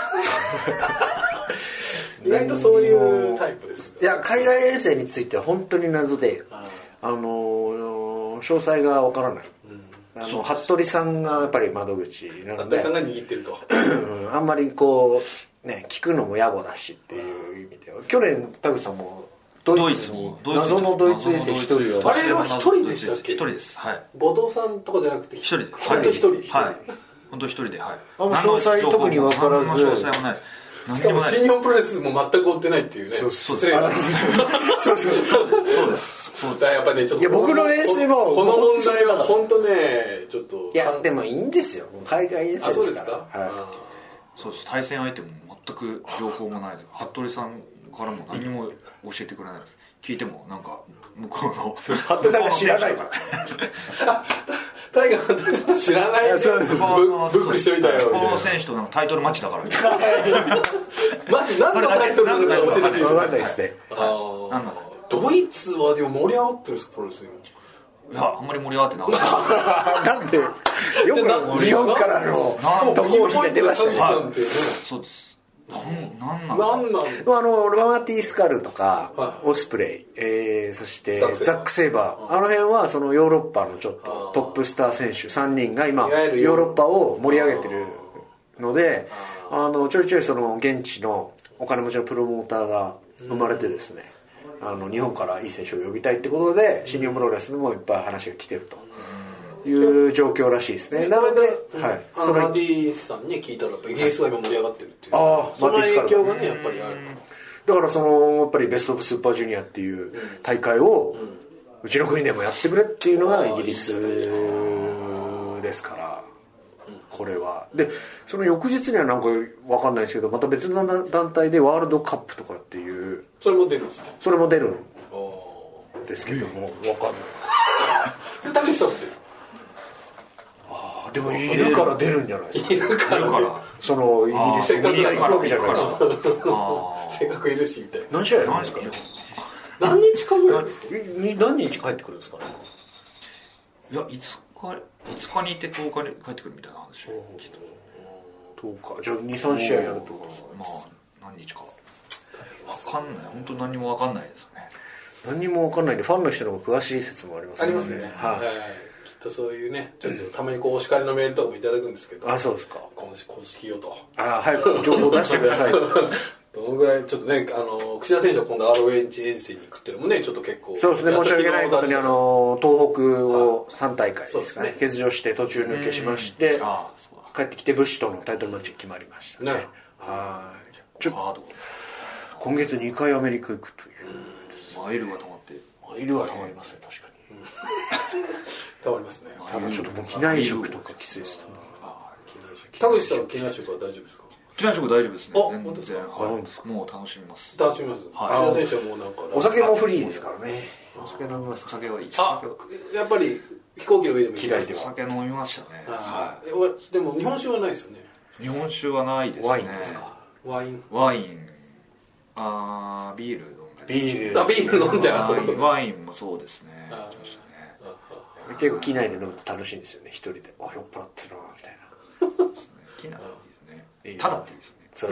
意外とそういうタイプです、
いや、海外遠征については本当に謎で、詳細がわからない。服部さんがやっぱり窓口なので、
服部さんが握ってると
あんまりこうね、聞くのも野暮だしっていう意味では、去年田口さんもドイツに謎のドイツ遠征一人を、
あれは一人でしたっけ？
一人です。はい。
後藤さんとかじゃなくて
一人で、
本当一人。
はい。本当一人で、はい。
詳細特に分からず、
詳細もないです。
しかも新日本プロレスも全く追ってないっていうね。
失礼な。そう
です。
やっぱね、ちょっと。
いや、僕の遠征は
この問題は本当ね、ちょっと。
いや、でもいいんですよ。海外遠征ですから。
そうです。対戦相手も全く情報もないです。服部さんからも何も教えてくれないです。聞いてもなんか向こうの
服部さんが知らないから。
タイガーの知らないブックしといたよ。
この選手となんかタイトルマッチだから
何のタイトルなんだか教えてほしいですね。
分かんないですね。
ドイツはでも盛り上がってるんですか、プロレス
今。いや、あんまり盛り上がってなかった
なんでよく日本からのとこを引いてましたね。
そうです。
なん
ロマティ・スカルとかオスプレイ、そしてザック・セイバー、あの辺はそのヨーロッパのちょっとトップスター選手3人が今ヨーロッパを盛り上げてるので、ちょいちょいその現地のお金持ちのプロモーターが生まれてですね、日本からいい選手を呼びたいってことで新日本プロレスにもいっぱい話が来てるという状況らしいですね。なので、
そのラディさんに聞いたらやっぱイギリスは今盛り上がってるっていう、その影響がねやっぱりある。
だからやっぱりベストオブスーパージュニアっていう大会をうちの国でもやってくれっていうのがイギリスですから、これはでその翌日にはなんか分かんないですけど、また別の団体でワールドカップとかっていう
それも出るんですか？
それも出るんですけども、分かんない
田口さんも出る。
でもいるから出るんじゃないですか。
いるから
そのイギリスに行くわけじゃないですか。
せっかくいるしみたいな。
何試合やるんですか？
何日かぐらいですか？
何日帰ってくるんですかね。
いや、5日に行って10日に帰ってくるみたいな話を聞いた。
10日じゃあ 2,3 試合やるってことですか。
まあ何日か分かんない。本当何も分かんないですね。
何も分かんないんでファンの人の方が詳しい説もありますね。
ありますね。はい。そういうね、ちょっとたまにこうお叱りのメールとかもいただくんですけど、
そうですか。
公式よと。
早く情報出してください。
どのぐらいちょっとね、櫛田選手は今度 ROH 遠征に行くっていうのもね、ちょっと結構。
そうですね、申し訳ないことに東北を3大会ですかね、欠場して途中抜けしまして、帰ってきてブッシュとのタイトルマッチが決まりましたね。今月2回アメリカ行くという。
マイルが溜まって。
マイルは溜まりますね、確かに。
溜まりますね。
多分ちょっともう機内食とかきついですね。
田口さんは機内食は大丈夫ですか？
機内食大丈夫ですね。
本当ですか？
もう楽しみます。
楽しみます。石田選手はもうなんか
お酒もフリーですからね。お酒飲みます。
お酒はいい。
やっぱり飛行機の上でも
嫌いで
お酒飲みましたね。
でも日本酒はないですよね。
日本酒はないですね。
ワインですか？ワイン。
ビール。
ビー
ル飲んじゃう。
ワインもそうですね。
結構機内で飲むと楽しいんですよね。一人で酔っ払ってるなみたいな。
機内ですね。ただっていいですね。
そうです。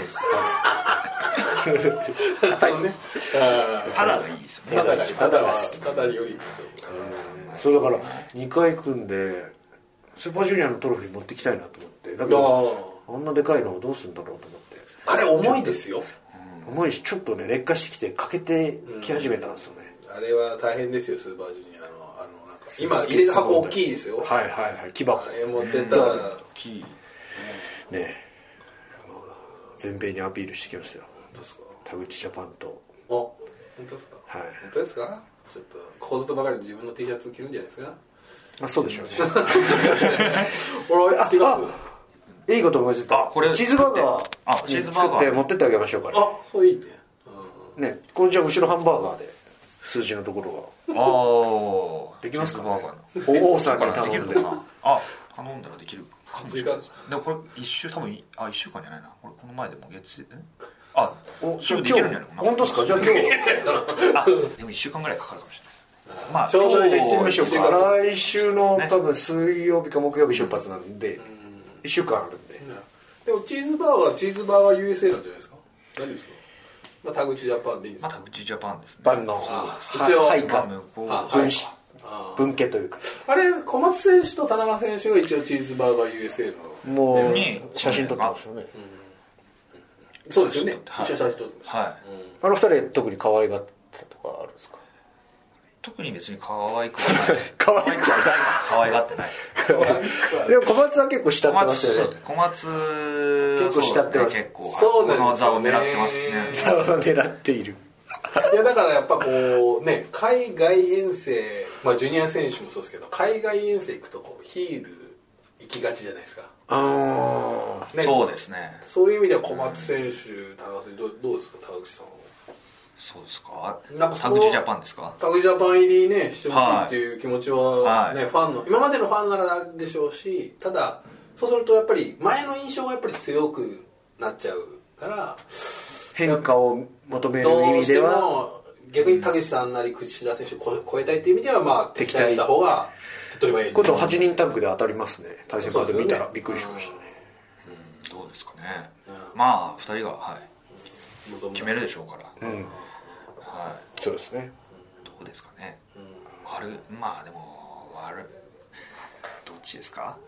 ただがいいですね。
ただが好き。ただより。
そうだから2回組んでスーパージュニアのトロフィー持ってきたいなと思って。だけどあんなでかいのをどうするんだろうと思って。
あれ重いですよ。
重いしちょっとね劣化してきて欠けてき始めたんですよね。
あれは大変ですよスーパージュニアのなんか今入れる箱大きいですよ。
はい木箱。あれ持ってったら大きいね。全米にアピールしてきますよ。田口ジャパンと。
本当ですか？はい。本当ですか？ちょっとここぞとばかり自分の T シャツ着るんじゃないですか？
そうでしょうね。
俺
いいこと思いついた。これチーズバーガー作って持ってってあげましょうかね。
そういい
ね。ね、これじゃあ後ろハンバーガーで数字のところが。できますか？王さんから頼んで。
頼んだらできるかもしれない。でもこれ1週多分1週間じゃないな。この前でも月すぐできるんじゃないかな。
本当ですか？じゃあ今日
でも1週間ぐらいかかるかもしれない。
ちょうど行ってみましょうか。来週の多分水曜日か木曜日出発なんで1週間あるんで。
でもチーズバーガー USA なんじゃないですか？何ですか？田口ジャパンでいいですか？
田口ジャパンですね。
バンの配下分家というか。
あれ小松選手と田中選手が一応チーズバーガー USA の
もう写真撮ってますよね。
そうですよね。一緒に写真撮ってます。
あの二人特に可愛がったとかあるんですか？
特に別に可愛くはない。可愛がってない。
でも小松は結構慕ってますよね。
小松
結構慕ってます。
そうなんです。
この座を狙ってますね。
座を狙っている。
いやだからやっぱこうね海外遠征ジュニア選手もそうですけど海外遠征行くとこうヒール行きがちじゃないですか。
そうですね。
そういう意味では小松選手、田中選手どうですか？田口さん。
そうですか。田口ジャパンですか？
田口ジャパン入りねしてほしいっていう気持ちはね、ファンの今までのファンならあるでしょうし、ただそうするとやっぱり前の印象がやっぱり強くなっちゃうから
変化を求める意味では
逆に田口さんなり口田選手を超えたいっていう意味では敵対した方が手っ取り早い。
今度8人タッグで当たりますね。対戦カード見たらびっくりしましたね。
どうですかね。まあ2人が決めるでしょうから。
そうですね。
どうですかね。まあでもどっちですか？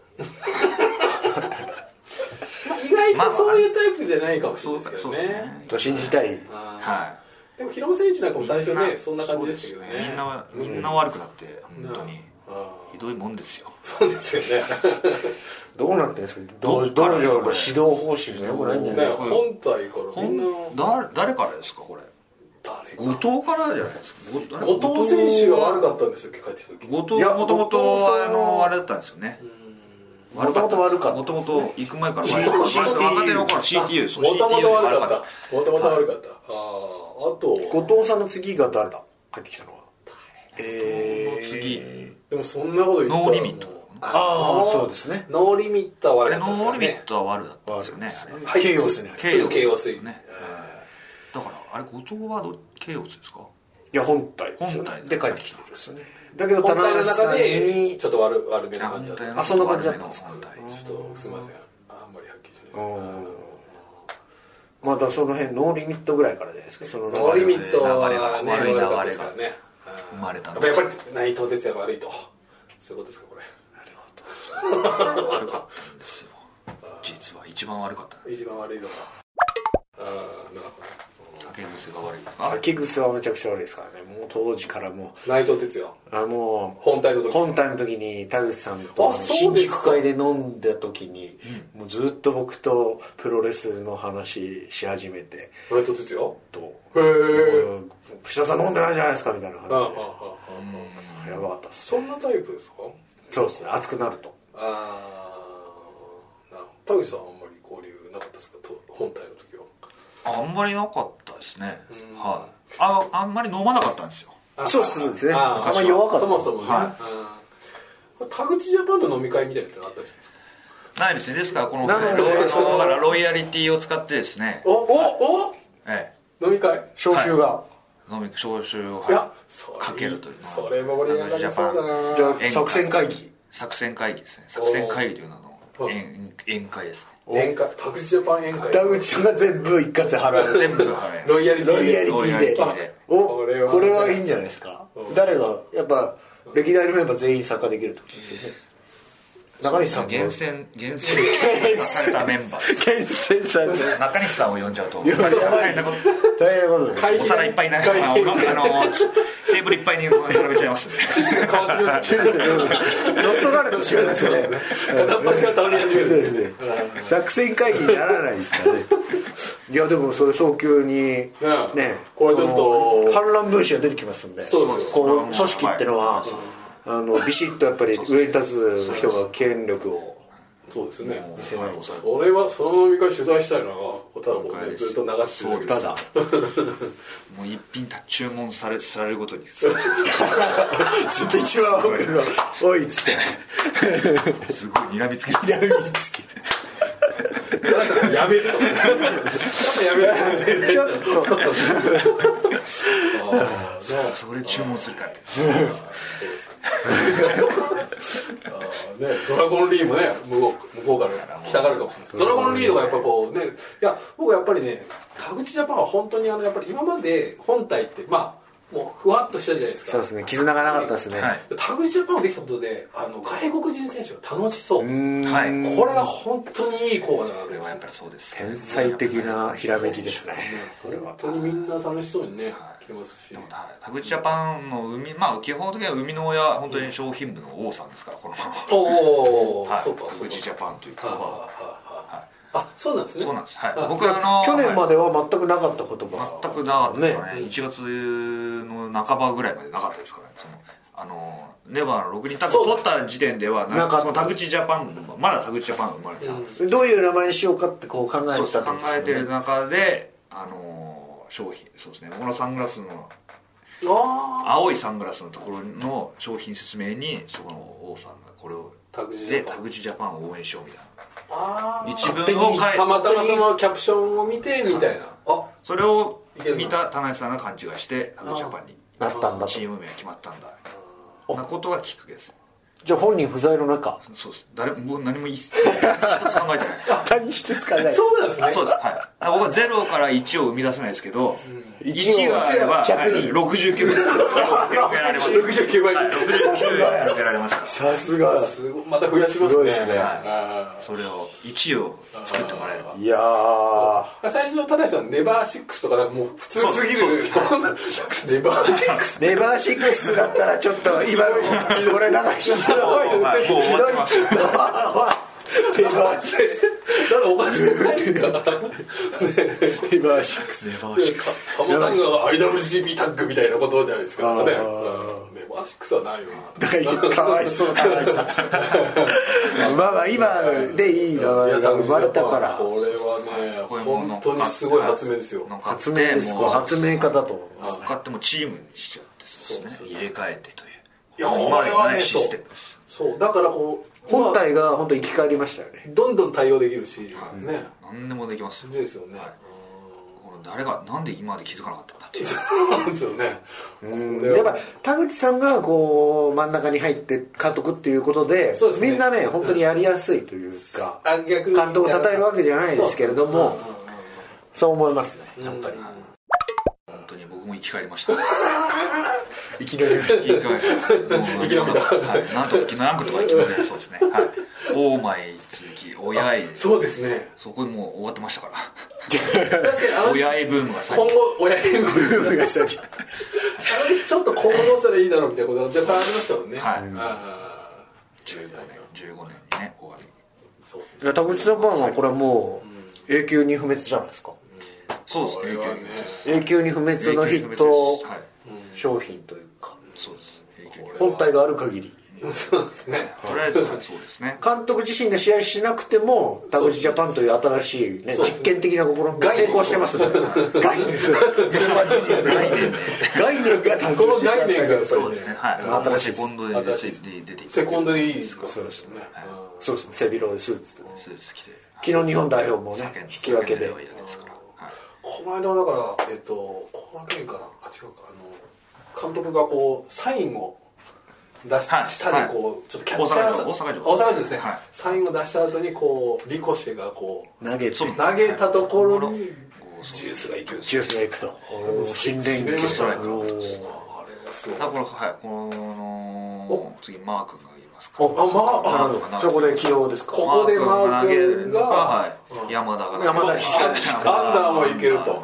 意外とそういうタイプじゃないかもしれないですけどね。
と信じたい。
でも平間選手なんかも最初ねそんな感じでしたけどね。
みんな悪くなって本当にひどいもんですよ。
そうですよね。
どうなってんですか？道場の指導方針が良くないんじゃないですか？
本体からみんな
誰からですかこれ？後藤からじゃないですか。
後藤選手が悪かったんですよ帰ってきた時。
後藤もともとあれだったんですよね。
もともと悪かった。
もともと行く前から悪かった。若手の頃 CTU
もともと悪かった。もともと悪かった。あと
後藤さんの次が誰だ？帰ってきたのは。
次。
でもそんなこと言ったら
ノーリミット。
そうですね。
ノーリミットは悪かったですね。
ノーリミットは悪だったんですよね。
ケイオスね。
ケイオスね。
だから後藤はケイオスですか？
いや本体で帰ってきてるんですよね。だけど田中さんに
ちょっと悪めな感じだった。
そんな感じだったんですか？
ちょっとすみません。あんまりはっきりしないです。
まだその辺ノーリミットぐらいからじゃないですか。
ノーリミットはね
悪い流れが
ね。
生まれた
やっぱり内藤哲也が悪いとそういうことですかこれ。
なるほど。悪かったんですよ。実は一番悪かった。
一番悪いのが。なるほど。
酒癖が悪いですか？
酒癖はめちゃくちゃ悪いですからね。もう当時からもう
内藤哲也
もう
本体の
時に田口さんと新宿会で飲んだ時にもうずっと僕とプロレスの話し始めて
内藤哲也
と「串田さん飲んでないじゃないですか」みたいな話でやばかったっす。
そんなタイプですか？
そうですね。熱くなると。
田口さんはあんまり交流なかったですか、本体の時は。
あんまりなかったですね。はい。あんまり飲まなかったんですよ。
そうですね。あんまり弱かった。
そもそもね。田口ジャパンの飲み会みたいなのあったりするんですか？
ないですね。ですからこのロイヤリティを使ってですね。
飲み会
招集が
招集をかけるという。
それも盛り上がりそうだな。
じゃあ作戦会議
ですね。作戦会議という名の宴会です
ね。田口ジャパン宴会。
田口さんが全部一括払う。
全部払う。
ロイヤリティで。これはいいんじゃないですか。誰がやっぱ歴代のメンバー全員参加できるってことですよね。中西さん
厳選されたメンバー。
厳選された
中西さんを呼んじゃうと
大変なことで
お皿いっぱいになる。テーブルいっぱいに並べちゃいますんで。
趣旨が変わってきます。
乗っ取られてしまいますね。
片っ端から頼み始めるんですね。
作戦会議にならないですからね。いやでもそれ早急にね、
これちょっと
反乱分子が出てきますんで、こう組織ってのはビシッとやっぱり上に立つ人が権力を。
そうですね。俺はその飲み会取材したいのが、ただもうずっと流してる。
ただ
もう一品注文されるごとにずっ
と一番奥の多いっつ
ってすごい睨みつけて
や
めるとやめる
ちょっ
とそれ注文するから
ドラゴンリーもね向こうから来たがるかもしれないです。ドラゴンリードがやっぱこうね、いや僕やっぱりね、田口ジャパンは本当にやっぱり今まで本体ってもうふわっとしたじゃないですか。
そうですね、絆がなかったですね。
田口ジャパンができたことで外国人選手が楽しそう。これが本当にいい効果だな。これ
はやっぱりそうです。
天才的なひらめきですね。
これは本当にみんな楽しそうにね来ますし。
田口ジャパンの基本的には生みの親は本当に商品部の王さんですから、この田口ジャパンという言葉は。
そうなんですね。
そうなんです。
僕去年までは全くなかった言葉。
全くなかったですからね。1月の半ばぐらいまでなかったですからね。ネバーの6人多分取った時点では田口ジャパンまだ田口ジャパンが生まれてたんです。
どういう名前にしようかってこう考え
てる中で商品、そうですね、このサングラスの青いサングラスのところの商品説明にそこの王さんがこれをで田口ジャパンを応援しようみたいな一文を書いて、
たまたまそのキャプションを見てみたいな、
それを見た田中さんが勘違いして田口ジャパンに
なったんだ、
チーム名が決まったんだなことがきっかけです。
じゃあ本人不在の中。
そうです。誰も何も一つ考えてない。
何一つ考えない。
そうなんですね。
そうです。はい。僕は0から1を生み出せないですけど、1があれば69倍広げられます。
69倍
広げられます。
さすが。
また増やしますね。
それを1を作ってもらえれば。
いや
ー。最初の田中さんネバーシックスとかもう普通すぎる。ネバーシックス。
ネバーシックスだったらちょっと今のこれなんかひどい。
もう終わってます。
ネバーシックス。
だからおかしくないか。
ネバーシックス。
ハモタングが IWGP タッグみたいなことじゃないですか。ネバーシックスはないよ
な。かわいそうかわいそう。まあ今でいい名前が生まれたから。
これはね本当にすごい発明ですよ。
発明ですか。発明家だと思います。
乗っかってもチームにしちゃってそうですね。入れ替えてという。
いやこれはね
システムです。
そうだからこう
本体が本当に生き返りましたよね。
どんどん対応できるし、ね、
何でもできます。
ですよね。
誰がなんで今まで気づかなかったんだっていう。
そうですよね。
やっぱ田口さんがこう真ん中に入って監督っていうことで、みんなね本当にやりやすいというか、監督を称えるわけじゃないですけれども、そう思いますね。やっぱり。
本当に僕も生き返りました。
生き延びました。
生き延びた。
なんとか昨日何個とか生き延びたそうですね。はい。オーマイ続き親愛。
そうですね。
そこにもう終わってましたから。
確かに
親愛ブームが先。
今後親愛ブームが先。ちょっと今後どうしたらいいだろうみたいなことが絶対ありましたもんね。
はい。15年にね終わり。
そうですね。田口ジャパンはこれはもう永久に不滅じゃないですか。
そうです
ね。永久に不滅のヒット商品というか。
そうです。
本体がある限り。
そうですね。
とりあえずそうですね。
監督自身が試合しなくても田口ジャパンという新しい、ね、実験的な試みが成功してますので概念スーパージュニア概念が
この概念が
そうですね。はい。
新しい
セコンドで出て
セコンドでいいですか。
そうですね。そうですね。背広でスーツで
スーツ着て
昨日日本代表もね引き分けで
この間だから後楽園かな違うか監督がこうサインを出した下にこうちょっとキャッチャー
大阪
城ですね。サインを出した後にこうリコシェがこう
投げ
たところにジュースがいく
と新連携
ストライク。
だからこの次マー君がいますか。
そこで起用ですか。
ここでマー君が
山田
アンダーもいけると。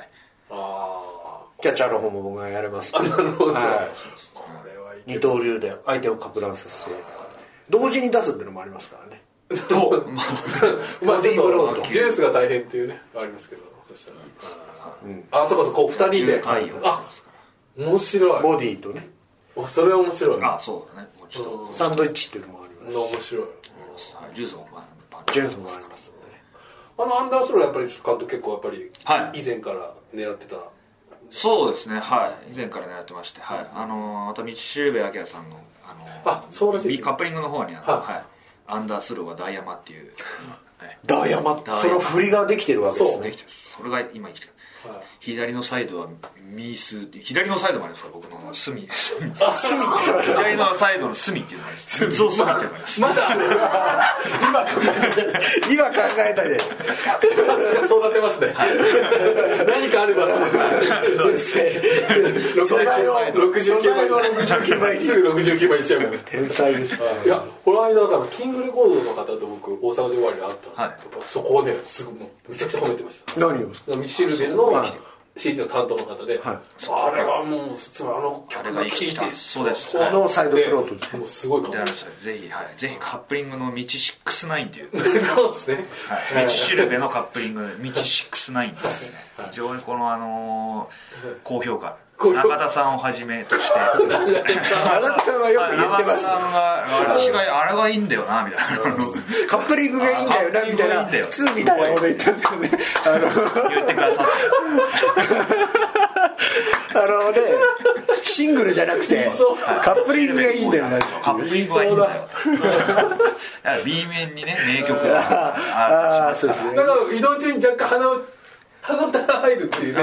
キャッチャーの方も僕がやれます。
なるほど。
二刀流で相手をか乱させて同時に出すっていうのもありますからね。
まあちょっとジュースが大変っていうねありますけど、そしたらそうかこう2人で面白い
ボディとね。
それは面白い。
そうだね。
サンドイッチっていうのもあります。
面白い。
ジュースもあ
りますね。
アンダースローやっぱり監督結構やっぱり以前から狙ってた。
そうですね。以前から狙ってまして、また道しるべあきらさんの
そうらしい。
カップリングの方にアンダースローはダイヤマっていう
ダイヤマってその振りができてるわけですね。
できてる。それが今生きてる。左のサイドはミース、左のサイドもありますから僕の隅左のサイドの隅っていうのがあります。三つを隅っていうのがあります。
まだ
今考えたで
そうなってますね。何かあればそうですね。
素材を69倍
すぐ69倍にしちゃう。
天才です。
いやこの間だからキングレコードの方と僕大阪城終わりで会った。そこをねすぐめちゃくちゃ褒めてました。
何を？
道しるべのCD の担当の方で、あれはもうつまり曲が聴いて
そうです
このサイドスロート
もうすごいかも
ぜひカップリングの道69という
そうですね
道しるべのカップリング道69ですね。非常にこの高評価中田さんをはじめとして
中田さんはよく言ってます。
私があれがいいんだよなみたいな
カップリングがいいんだよなみたいな2みたいなこと言ってるんですけどね
言ってくださって
シングルじゃなくてカップリングがいいんだよな。
カップリングがいいんだよB 面にね名曲がある。
そうですね。だから移動中に若干鼻歌が入るっていうね。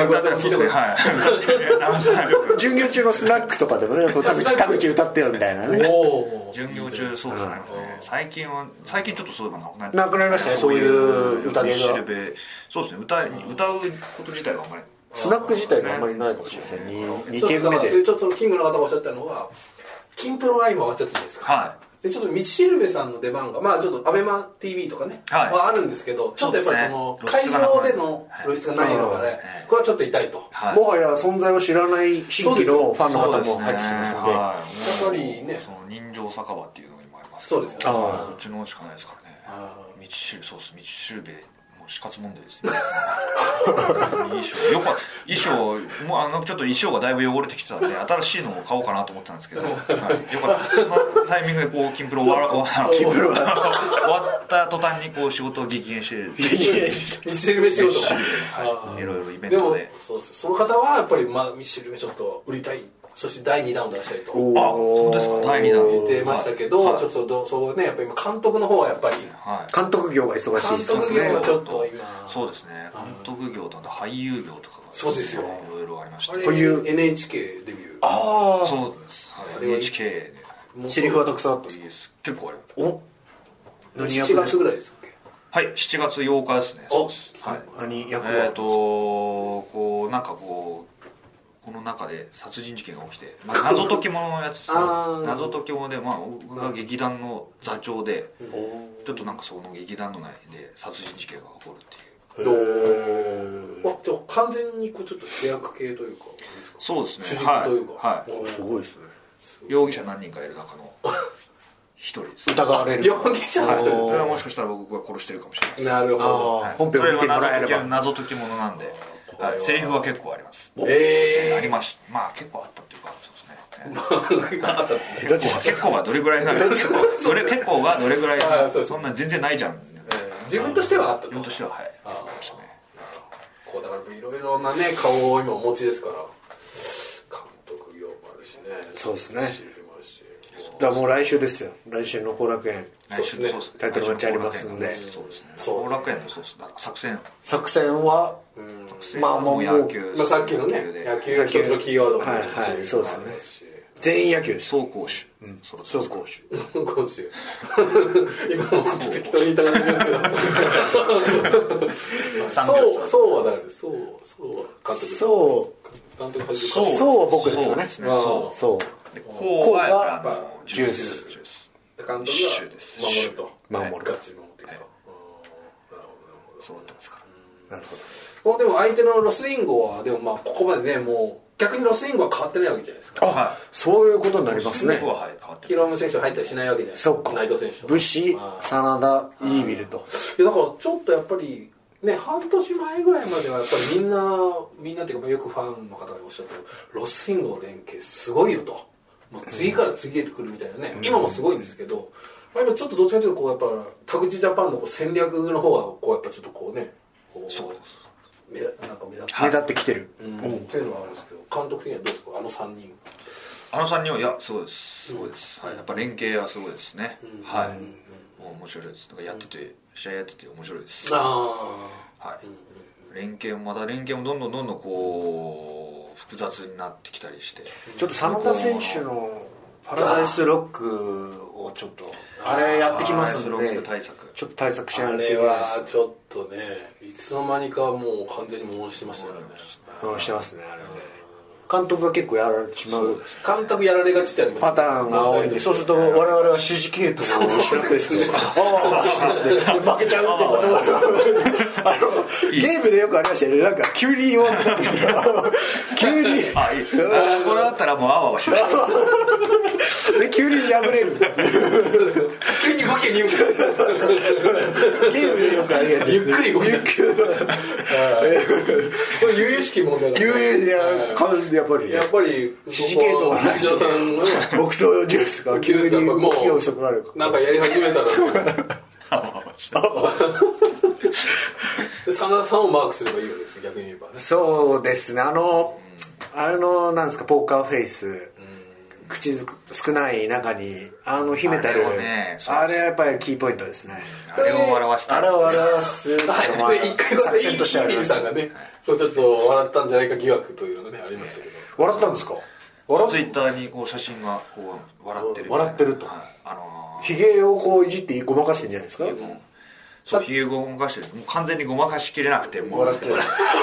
巡業中のスナックとかでもね田口歌ってよみたいなね。
巡業中そうですね。最近ちょっとそういうの
なくなりましたね。そういう歌芸が
そうですね。歌うこと自体があんまり
スナック自体があんまりないかもしれません。2軒目で
ちょっとそのキングの方がおっしゃったのはキンプロが今終わっちゃったじゃないですか。でちょっと道しるべさんの出番がちょっとアベマ TV とかねはあるんですけど、ちょっとやっぱりその会場での露出がないのがねこれはちょっと痛いと。
もはや存在を知らない新規のファンの方も入ってきますんで、
やっぱりね
人情酒場っていうのが今あります
けど、そうですよ
うちのしかないですからね。道しるべ死活問題ですね。衣装もちょっと衣装がだいぶ汚れてきてたんで新しいのを買おうかなと思ってたんですけど、よかった。そのタイミングでこうキンプロ終わった途端にこう仕事を激減してる。
道しるべ仕事
がいろいろイベントで。
その方はやっぱり道しるべちょっと売りたい。そして第2弾を出したいと。
そうですか。第2弾
言ってましたけど、ちょっとそうねやっぱり今監督の方はやっぱり
監督業が忙しいですね。
監督業はちょっと今
そうですね。監督業と俳優業とか
そうですよ。
いろいろありました。
こういう NHK デビュ
ー。そうです。NHK で
セリフはたくさんあったんです。
結構ある。
7月ぐらいですっけ。
はい、7月8日ですね。そうです。
何役は
こうなんかこの中で殺人事件が起きて、謎解き物のやつですね。謎解き物で僕が劇団の座長でちょっとなんかその劇団の内で殺人事件が起こるっていう。
じゃあ完全にこうちょっと主役系というか
そうですね。
主人公というか
すごいですね。
容疑者何人かいる中の一人です。
疑われる
容疑者の一人です。
それはもしかしたら僕が殺してるかもしれないです。
なるほど。
本編を見てもらえれば。
謎解き物なんで。 はい、セリフは結構あります。ありました。まあ結構あったっていうか、そうですね。
あったんですね。
結構がどれぐらいなの？結構がどれぐらい？そんな全然ないじゃん。
自分としてはあったと。
自分としてははい。
こうだからいろいろなね顔を今お持ちですから、監督業もあるしね。
そうですね。だからもう来週ですよ。来週の後楽園。
来週ね。
タイトルマッチありますので。
そうですね。後楽園のそうですね。作
戦はまあもう
さっきのね野球一つのキーワードも
はいそうですね。全員野球です。
走攻守。
走攻守。
今も適当に言った感じですけど。そうは誰です？そうは監督。
そうは僕ですよね。そう。
こうが
ジュース。
監督が守ると。ガッチリ守っていくと。
そうだったんですか。
なるほど。
でも相手のロスインゴはでもまあここまでねもう逆にロスインゴは変わってないわけじゃないですか。
あ、そういうことになりますね。
ヒロム選手は入ったりしないわけじゃないですか。内藤選手と
ブシ、真田、イービルと。
いやだからちょっとやっぱりね半年前ぐらいまではやっぱりみんなっていうかよくファンの方がおっしゃってるロスインゴの連携すごいよと。もう次から次へと来るみたいなね。今もすごいんですけど、今ちょっとどっちかというとこうやっぱ田口ジャパンのこう戦略の方はこうやっぱちょっとこうね。
そうです。
目立ってきてる。
っていうのはあるんですけど、監督的にはどうですかあの3人。
あの3人はいやすごいです。すごいです。やっぱ連携はすごいですね。はい。もう面白いです。だから試合やってて面白いです。はい。連携もどんどんこう複雑になってきたりして。
ちょっと真田選手のパラダイスロックをちょっとあれやってきますので、ちょっと対策しないといけない。
あれはちょっとねいつの間にかもう完全にモーしてましたよね。
してますねあれね。監督が結構やられてしまう。
監督やられがちってあります。
パターンが多いんで、そうすると我々は指示系統をしなくてですね。負けちゃうってことはゲームでよくありましたよね。なんか急に言われた急に
これだったらもうあわあわしない。
で急に破れる。
急に動きに
ゲームでよくありました。
ゆっくり動きます。そういう由々しき問題だ。
やっぱり指示系統が僕とジュースが急に動きが遅くなる。
なんかやり始めたら真田さんをマークすればいいわけです逆に言えばね。
そうですね。なんですかポーカーフェイス、口少ない中に秘めたるあれはやっぱりキーポイントですね。
あれを表す
一回作戦としてはミルさんがねちょっと笑ったんじゃないか疑惑というのがねありましたけど。
笑ったんですか。
ツイッターにこう写真がこう笑
ってると。ひげをこういじってごまかしてんじゃないですか。
そうひげごまかしてる。もう完全にごまかしきれなくてもう
笑ってる。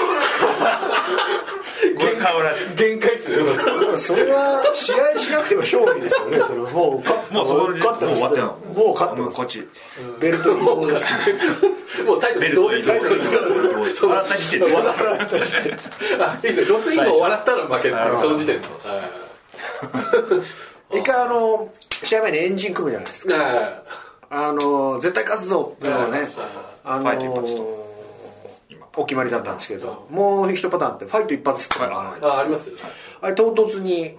限界っすよ。それは試合しなくても勝利ですよね。それもう勝ってます。もう勝ってます。
こっち
ベルトにもう
タイトルどうですか。
笑った時点で
ロスインゴ笑ったら負けってその時点で。
一回試合前にエンジン組むじゃないですか。絶対勝つぞっていうのはね。
ファイト一発と。
お決まりだったんですけど、もう一パターンってファイト一発っていうのが
ありますよ。
あれ唐突に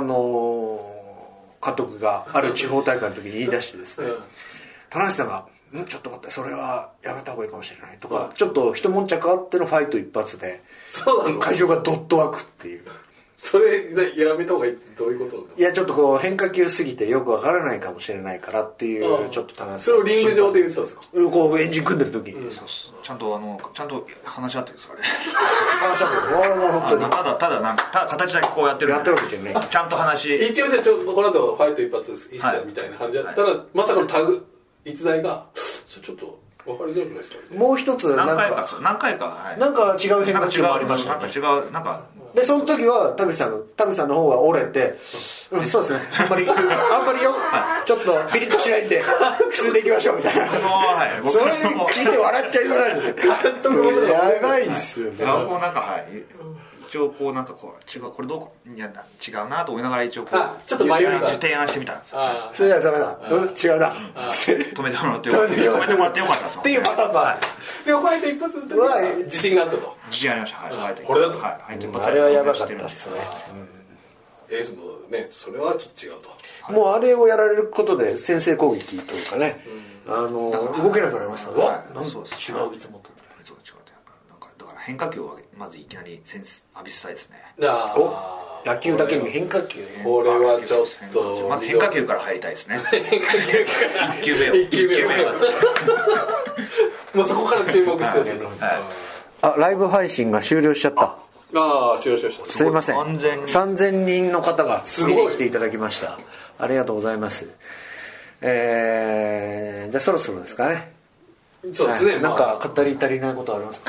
監督がある地方大会の時に言い出してですね、田中さんがちょっと待ってそれはやめた方がいいかもしれないとか、ちょっと一悶着あってのファイト一発で会場がドッと沸くっていう。
それやめた方がいい。どういうこと？
いやちょっとこう変化球すぎてよくわからないかもしれないからっていうちょっと田中さん。
それをリング上で言ってたんですか。
こうエンジン組んでる時に、
ちゃんと話し合ってるんですかね。
話し合ってる。
ただ形だけこうやってる
わけじゃない。
ちゃんと話。
一応じゃあこの後ファイト一発ですみたいな感じだったらまさかのタグ逸材がちょっと分かりづらくないですか。
もう一つ
何回か
なんか違う変化球もありましたね。
なんか
でその時は田口さんの方が折れて、そうですね。あんまりよちょっとピリッとしないんで普通でいきましょうみたいな。それ聞いて笑っちゃいそうなんですよ。監督もやばいっすよね。
もうなんか一応こうなんかこう違うこれどういや違うなと思いながら一応こう
ちょっと迷いが
提案してみたんですよ。
それはダメだ、違うな、
止めてもらってよかったです
っていうパターンもある。でホワイト一発は自信があったと。
自信ありました。はい、ホワイト
これだと。
はい、
あれはやばかったっすね。
エースもね、それはちょっと違うと。
もうあれをやられることで先制攻撃というかね、動けなくなりましたね。
そうです。
違ういつもと。
だから変化球をまずいきなり浴びせたいですね。
野球だけに変化球。
これはちょっと
まず変化球から入りたいですね。
変化球から
1球目を1球目を
もうそこから注目してほしい。
ライブ配信が終了しちゃった。
終了しました。
すいません。3000人の方が見に来ていただきました。ありがとうございます。じゃあそろそろですかね。
そうですね。
なんか語り足りないことありますか？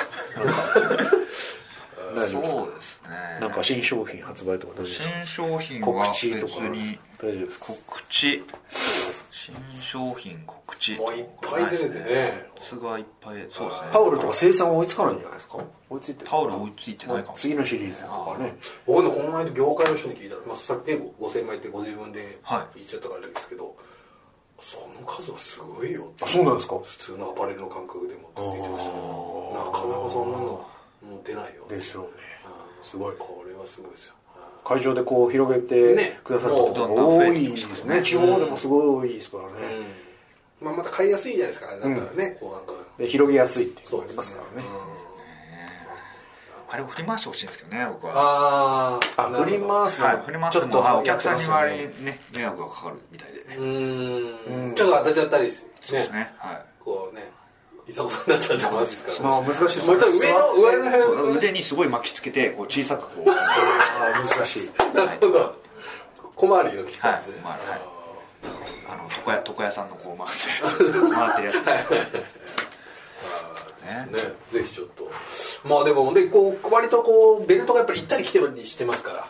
そうですね。
なんか新商品発売とか
新商品は別に告知新商品告知
もういっぱい出ててね。
つがいっぱいそうですね。
タオルとか生産追いつかないんじゃないですか？追いついてる。
タオル追いついてないかも。
次のシリーズとかね。
僕ねこの前業界の人に聞いたら、さっきね5000枚ってご自分で言っちゃったからですけど。その数はすごいよ。
そうなんですか？
普通のアパレルの感覚でもって言ってましたね。なかなかそんなのもう出ないよ。
ですよね。すごい。
これはすごいですよ。
会場でこう広げてくださる方が多いですね。地方でもすごい多いですからね。
また買いやすいじゃないですか。だったらね、こうなんか
で広げやすいっていうのがありますからね。
あれを振り回してほしいんですけどね、僕は。
振り回すの。
振り回すのお客さんに周りにね迷惑がかかるみたいでね。
ちょっと当たっちゃったりして。
そうですね。はい。
こうね、伊佐子さんになっちゃったらマジですから。
難しいです。
もうちょっと上の辺
腕にすごい巻きつけてこう小さくこう。
難しい。
なるほど。小回りの機械ですね。
床屋さんのこう回ってるやつ。
ね、ぜひちょっとでもこう割とこうベルトがやっぱり行ったり来たりしてますから、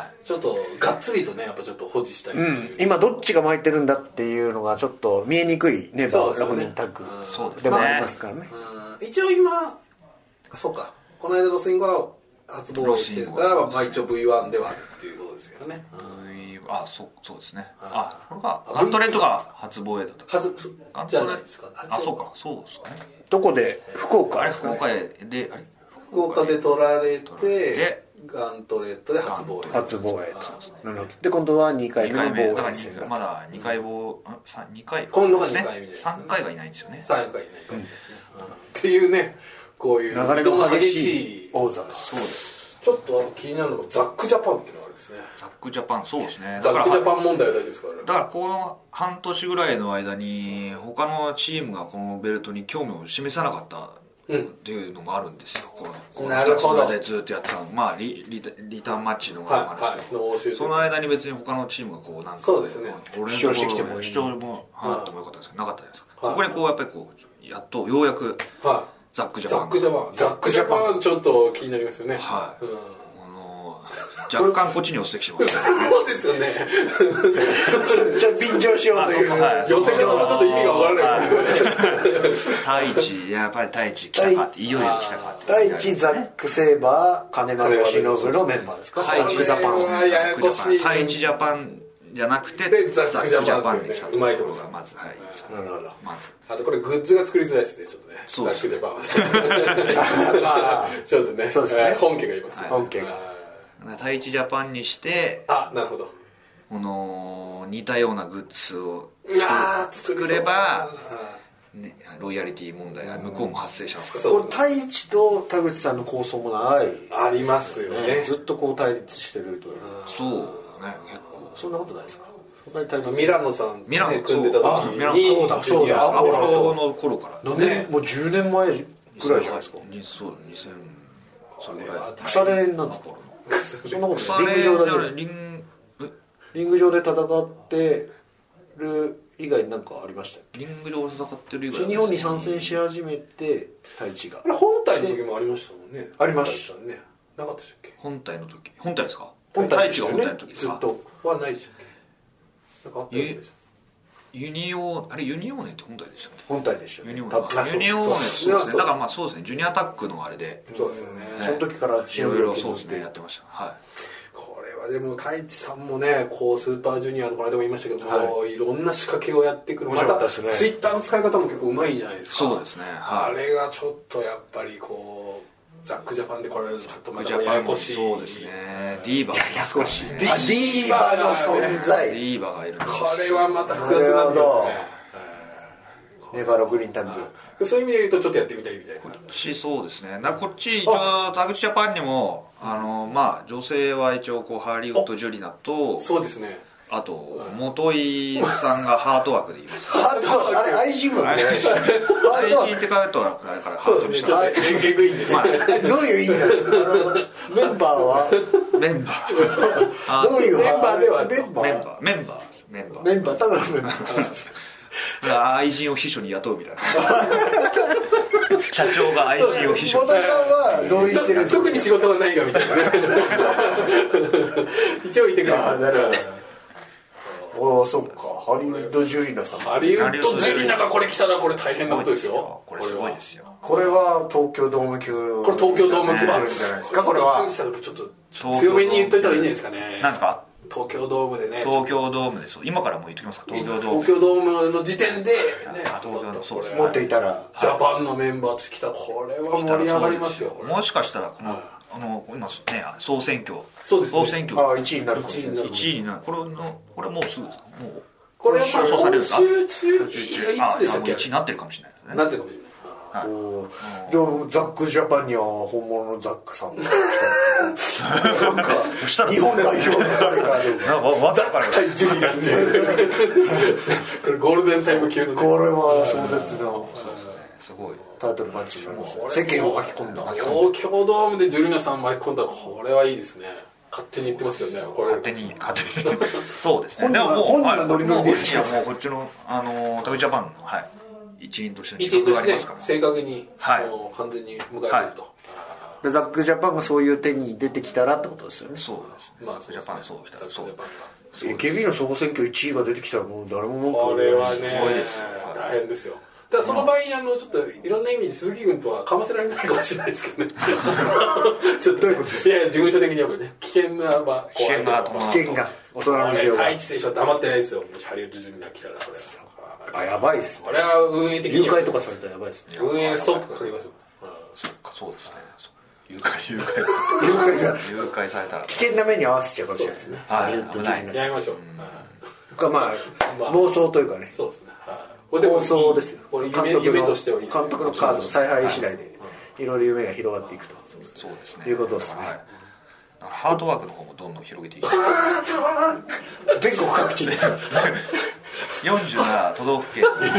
ちょっとがっつりとねやっぱちょっと保持したい、
今どっちが巻いてるんだっていうのがちょっと見えにくいね、ラグニンタッグでもありますからね。
一応今そうかこの間のスイングは初防衛してるから、一応 V1 ではあるっていうことですけどね。
そうですね。これがガントレットが初防衛だった。
じゃないですか。
そうか、そうですかね。
どこで？福岡
福岡で
福岡で取られてガントレットで初防衛
なるほど。で今度は2回目の防衛戦だ。
まだ2回
今度が2回目です。
3回がいないんですよね。
3回いないっていうね、こういう
流れの激しい王座。
そうです。
ちょっと気になるのがザックジャパンっていうのがあるんですね。
ザックジャパン、そうですね。
ザックジャパン問題は大丈夫ですか？
だからこの半年ぐらいの間に他のチームがこのベルトに興味を示さなかったっていうのもあるんですよ。この2つの間でずっとやってたの。リターンマッチのがあるんですけど、その間に別に他のチームがこうなんか
そうですね。
主張してきても主張もあってもよかったですけどなかったじゃないですか。そこにこうやっぱりこうやっとようやくザックジャパン
ちょっと気になりますよね。
はい。若干こっちに押してきてます。
そうですよね。
ちょっと便乗しようという。
寄せ方もちょっと意味がわからない。
やっぱり太一来たかって、いよいよ来たかって。
太一、ザック・セイバー、金丸義信のメンバーですか？
ザックジャパン。太一ジャパンじゃなくて
ザックジャパンで来たと。うまいところが
まずはい。
なるほど。
まず。
あとこれグッズが作りづらいですね、ちょっとね。
そうですね。
ザックジャパン。ちょっとね。
そうですね。
本家がいますね。
本家が。
太一ジャパンにして
なるほど
この似たようなグッズを作れば、ね、ロイヤリティ問題が向こうも発生しますから。
太一と田口さんの構想もない
ありますよね。
ずっとこう対立してるという。
そうね、結構
そんなことないですか？
ミラノさん組んでた時
にそうだ
アポロの頃から
ね、もう10年前ぐらいじゃないですか。
そう2000それぐらい
腐れなんですか？そんなことない。リング上で戦ってる以外に何かありましたっけ？
リング上で戦ってる以外
新日本に参戦し始めて太一が
本体の時もありましたもんね。
ありました
ね。なかったでしたっけ？
本体の時。本体ですか？
太
一が本体の時ですか？
ずっとはないでしたっけ？なんかあったんですよ。
ユニオーネって本体でしたね。
本体でしたね。
ユニオーネそうですね。だからまあそうですね、ジュニアタックのあれで、
そうですよね。
その時から
いろいろそうですねやってました。はい。
これはでも太一さんもね、こうスーパージュニアのこの間も言いましたけども、いろんな仕掛けをやってくる。またツイッターの使い方も結構うまいじゃないですか。
そうですね。
あれがちょっとやっぱりこう。ザックジャパンで来られるとちょっとまたややこしい。
そうですね。ディーバが少し
ディーバの存在。
ディーバがいる。
これはまた複雑なんですね。
ネバログリーンタッ
グ。そういう意味で言うとちょっとやってみたいみたいな。
こっちそうですね。こっち一応田口ジャパンにもまあ女性は一応こうハリウッドジュリナと
そうですね。
あと元井さんがハート枠でいます。
ハート枠あれ愛人枠じゃないですか。
愛人って書くとあれからハートにしたんです。
ゲグいんで。
どういう意味なの？メンバーは
メンバー
どういう
メンバーでは
メンバーただのメンバー。愛人を秘書に雇うみたいな。社長が愛人を秘書に。
本田さんは同意してる。
特に仕事はないがみたいなね。一応いてくれる。
おお、そっか。ハリウッドジュリナさん。
ハリウッドジュリナがこれ来たらこれ大変なことですよ。
これすごいですよ。
これは東京ドーム級。
これ東京ドーム級
なんじゃないですか。これは
ちょっと強めに言っといたらいいんですかね。
なんですか。
東京ドームでね。
東京ドームです。今からもう言ってきますか。東京
ドームの時点でね。
東京のそうです。
持っていたら
ジャパンのメンバーと来たらこれは盛り上がりますよ。
もしかしたらこの今ね総選挙。
そうですね。
総選挙。
1位になるかもしれない。
1位になる。これもうすぐもう。
これは今週中いつでしたっけ。
1位になってるかもしれないですね。
なってるかもしれない。
でもザックジャパンには本物のザックさんがなんか日本代表の誰かで
ザック対ジュリアってこれゴールデンタイム級の
これは壮絶な
すごい
タイトルマッチになります世間を巻き込んだ
東京ドームでジュリナさん巻き込んだらこれはいいですね。勝手に言ってますけどね。
勝手にそうですね。
でももう本人がノリノリで
いやもうこっちのタクジャパンの一員として
一員として正確に完全に迎えてると。
でザックジャパンがそういう手に出てきたらってことですよね。
そうですね。ザックジャパンそうしたらそう。
AKB の総合選挙1位が出てきたらもう誰も文句
これはね大変ですよ。ただその場合ちょっといろんな意味で鈴木君とはかませられないかもしれないですけどね。ちょっとどういうことですか。いや事務所的にはね危険な
危険が
大人の事情が
太一選手は黙ってないですよ。もしハリウッドジュニア来たらこれ
やばいっすね。
これは運営的に
誘拐とかされたらやばいっすね。
運営ストップがかかりますよ。
そうですね。誘拐されたら
危険な目に合わせちゃうかもしれないですね。ハリウッドジュニア
やめましょう。
まあ妄想というかね。
そうですね。
妄想ですよ。
夢としてはいい。
監督のカードの采配次第でいろいろ夢が広がっていくと。
そうですね。
いうことですね。
ハートワークの方もどんどん広げていく。
全国各地で
47都道府県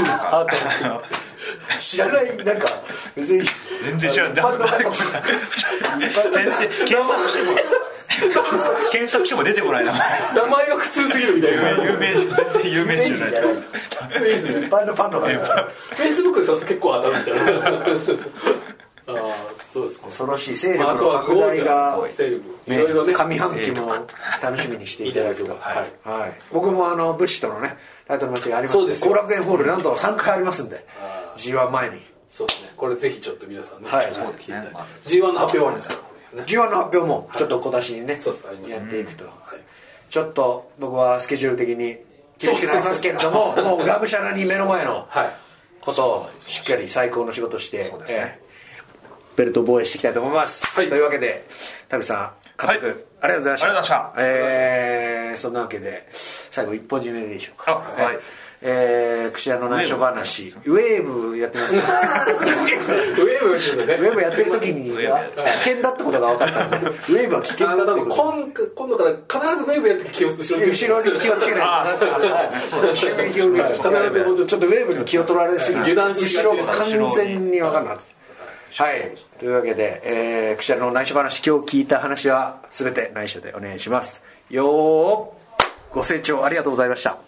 知らないなんか別に
全然知らない。全然検索しても出てこない名前
が普通すぎるみたいな。
全然有名人じゃない。
一般のファンの方が
フェイスブックで結構当たるみたいな。そうですね。
恐ろしい勢力の拡大が
いろいろね
上半期も楽しみにしていただくと。僕もブッシュとのねタイトルマッチがありますので後楽園ホールなんと3回ありますんで G1 前に。
そうですね。これぜひちょっと皆さんね。
そうですね。
G1 の発表はありますから。
G1 の発表もちょっと小出しにねやっていくと。ちょっと僕はスケジュール的に厳しくなりますけれどももうがむしゃらに目の前のことをしっかり最高の仕事してベルト防衛していきたいと思います。というわけで田口さん監督ありがとうございました。そんなわけで最後一本締めでしょうか。串屋の内緒話ウェーブやってますか。ウェーブやってる時に危険だってことが分かったんでウェーブは危険だってこと
今度から必ずウェーブやる時後ろに気をつけないと。
ちょっとウェーブに気を取られすぎて後ろ完全に分かんなかった。というわけで、串屋の内緒話今日聞いた話は全て内緒でお願いしますよ。ご清聴ありがとうございました。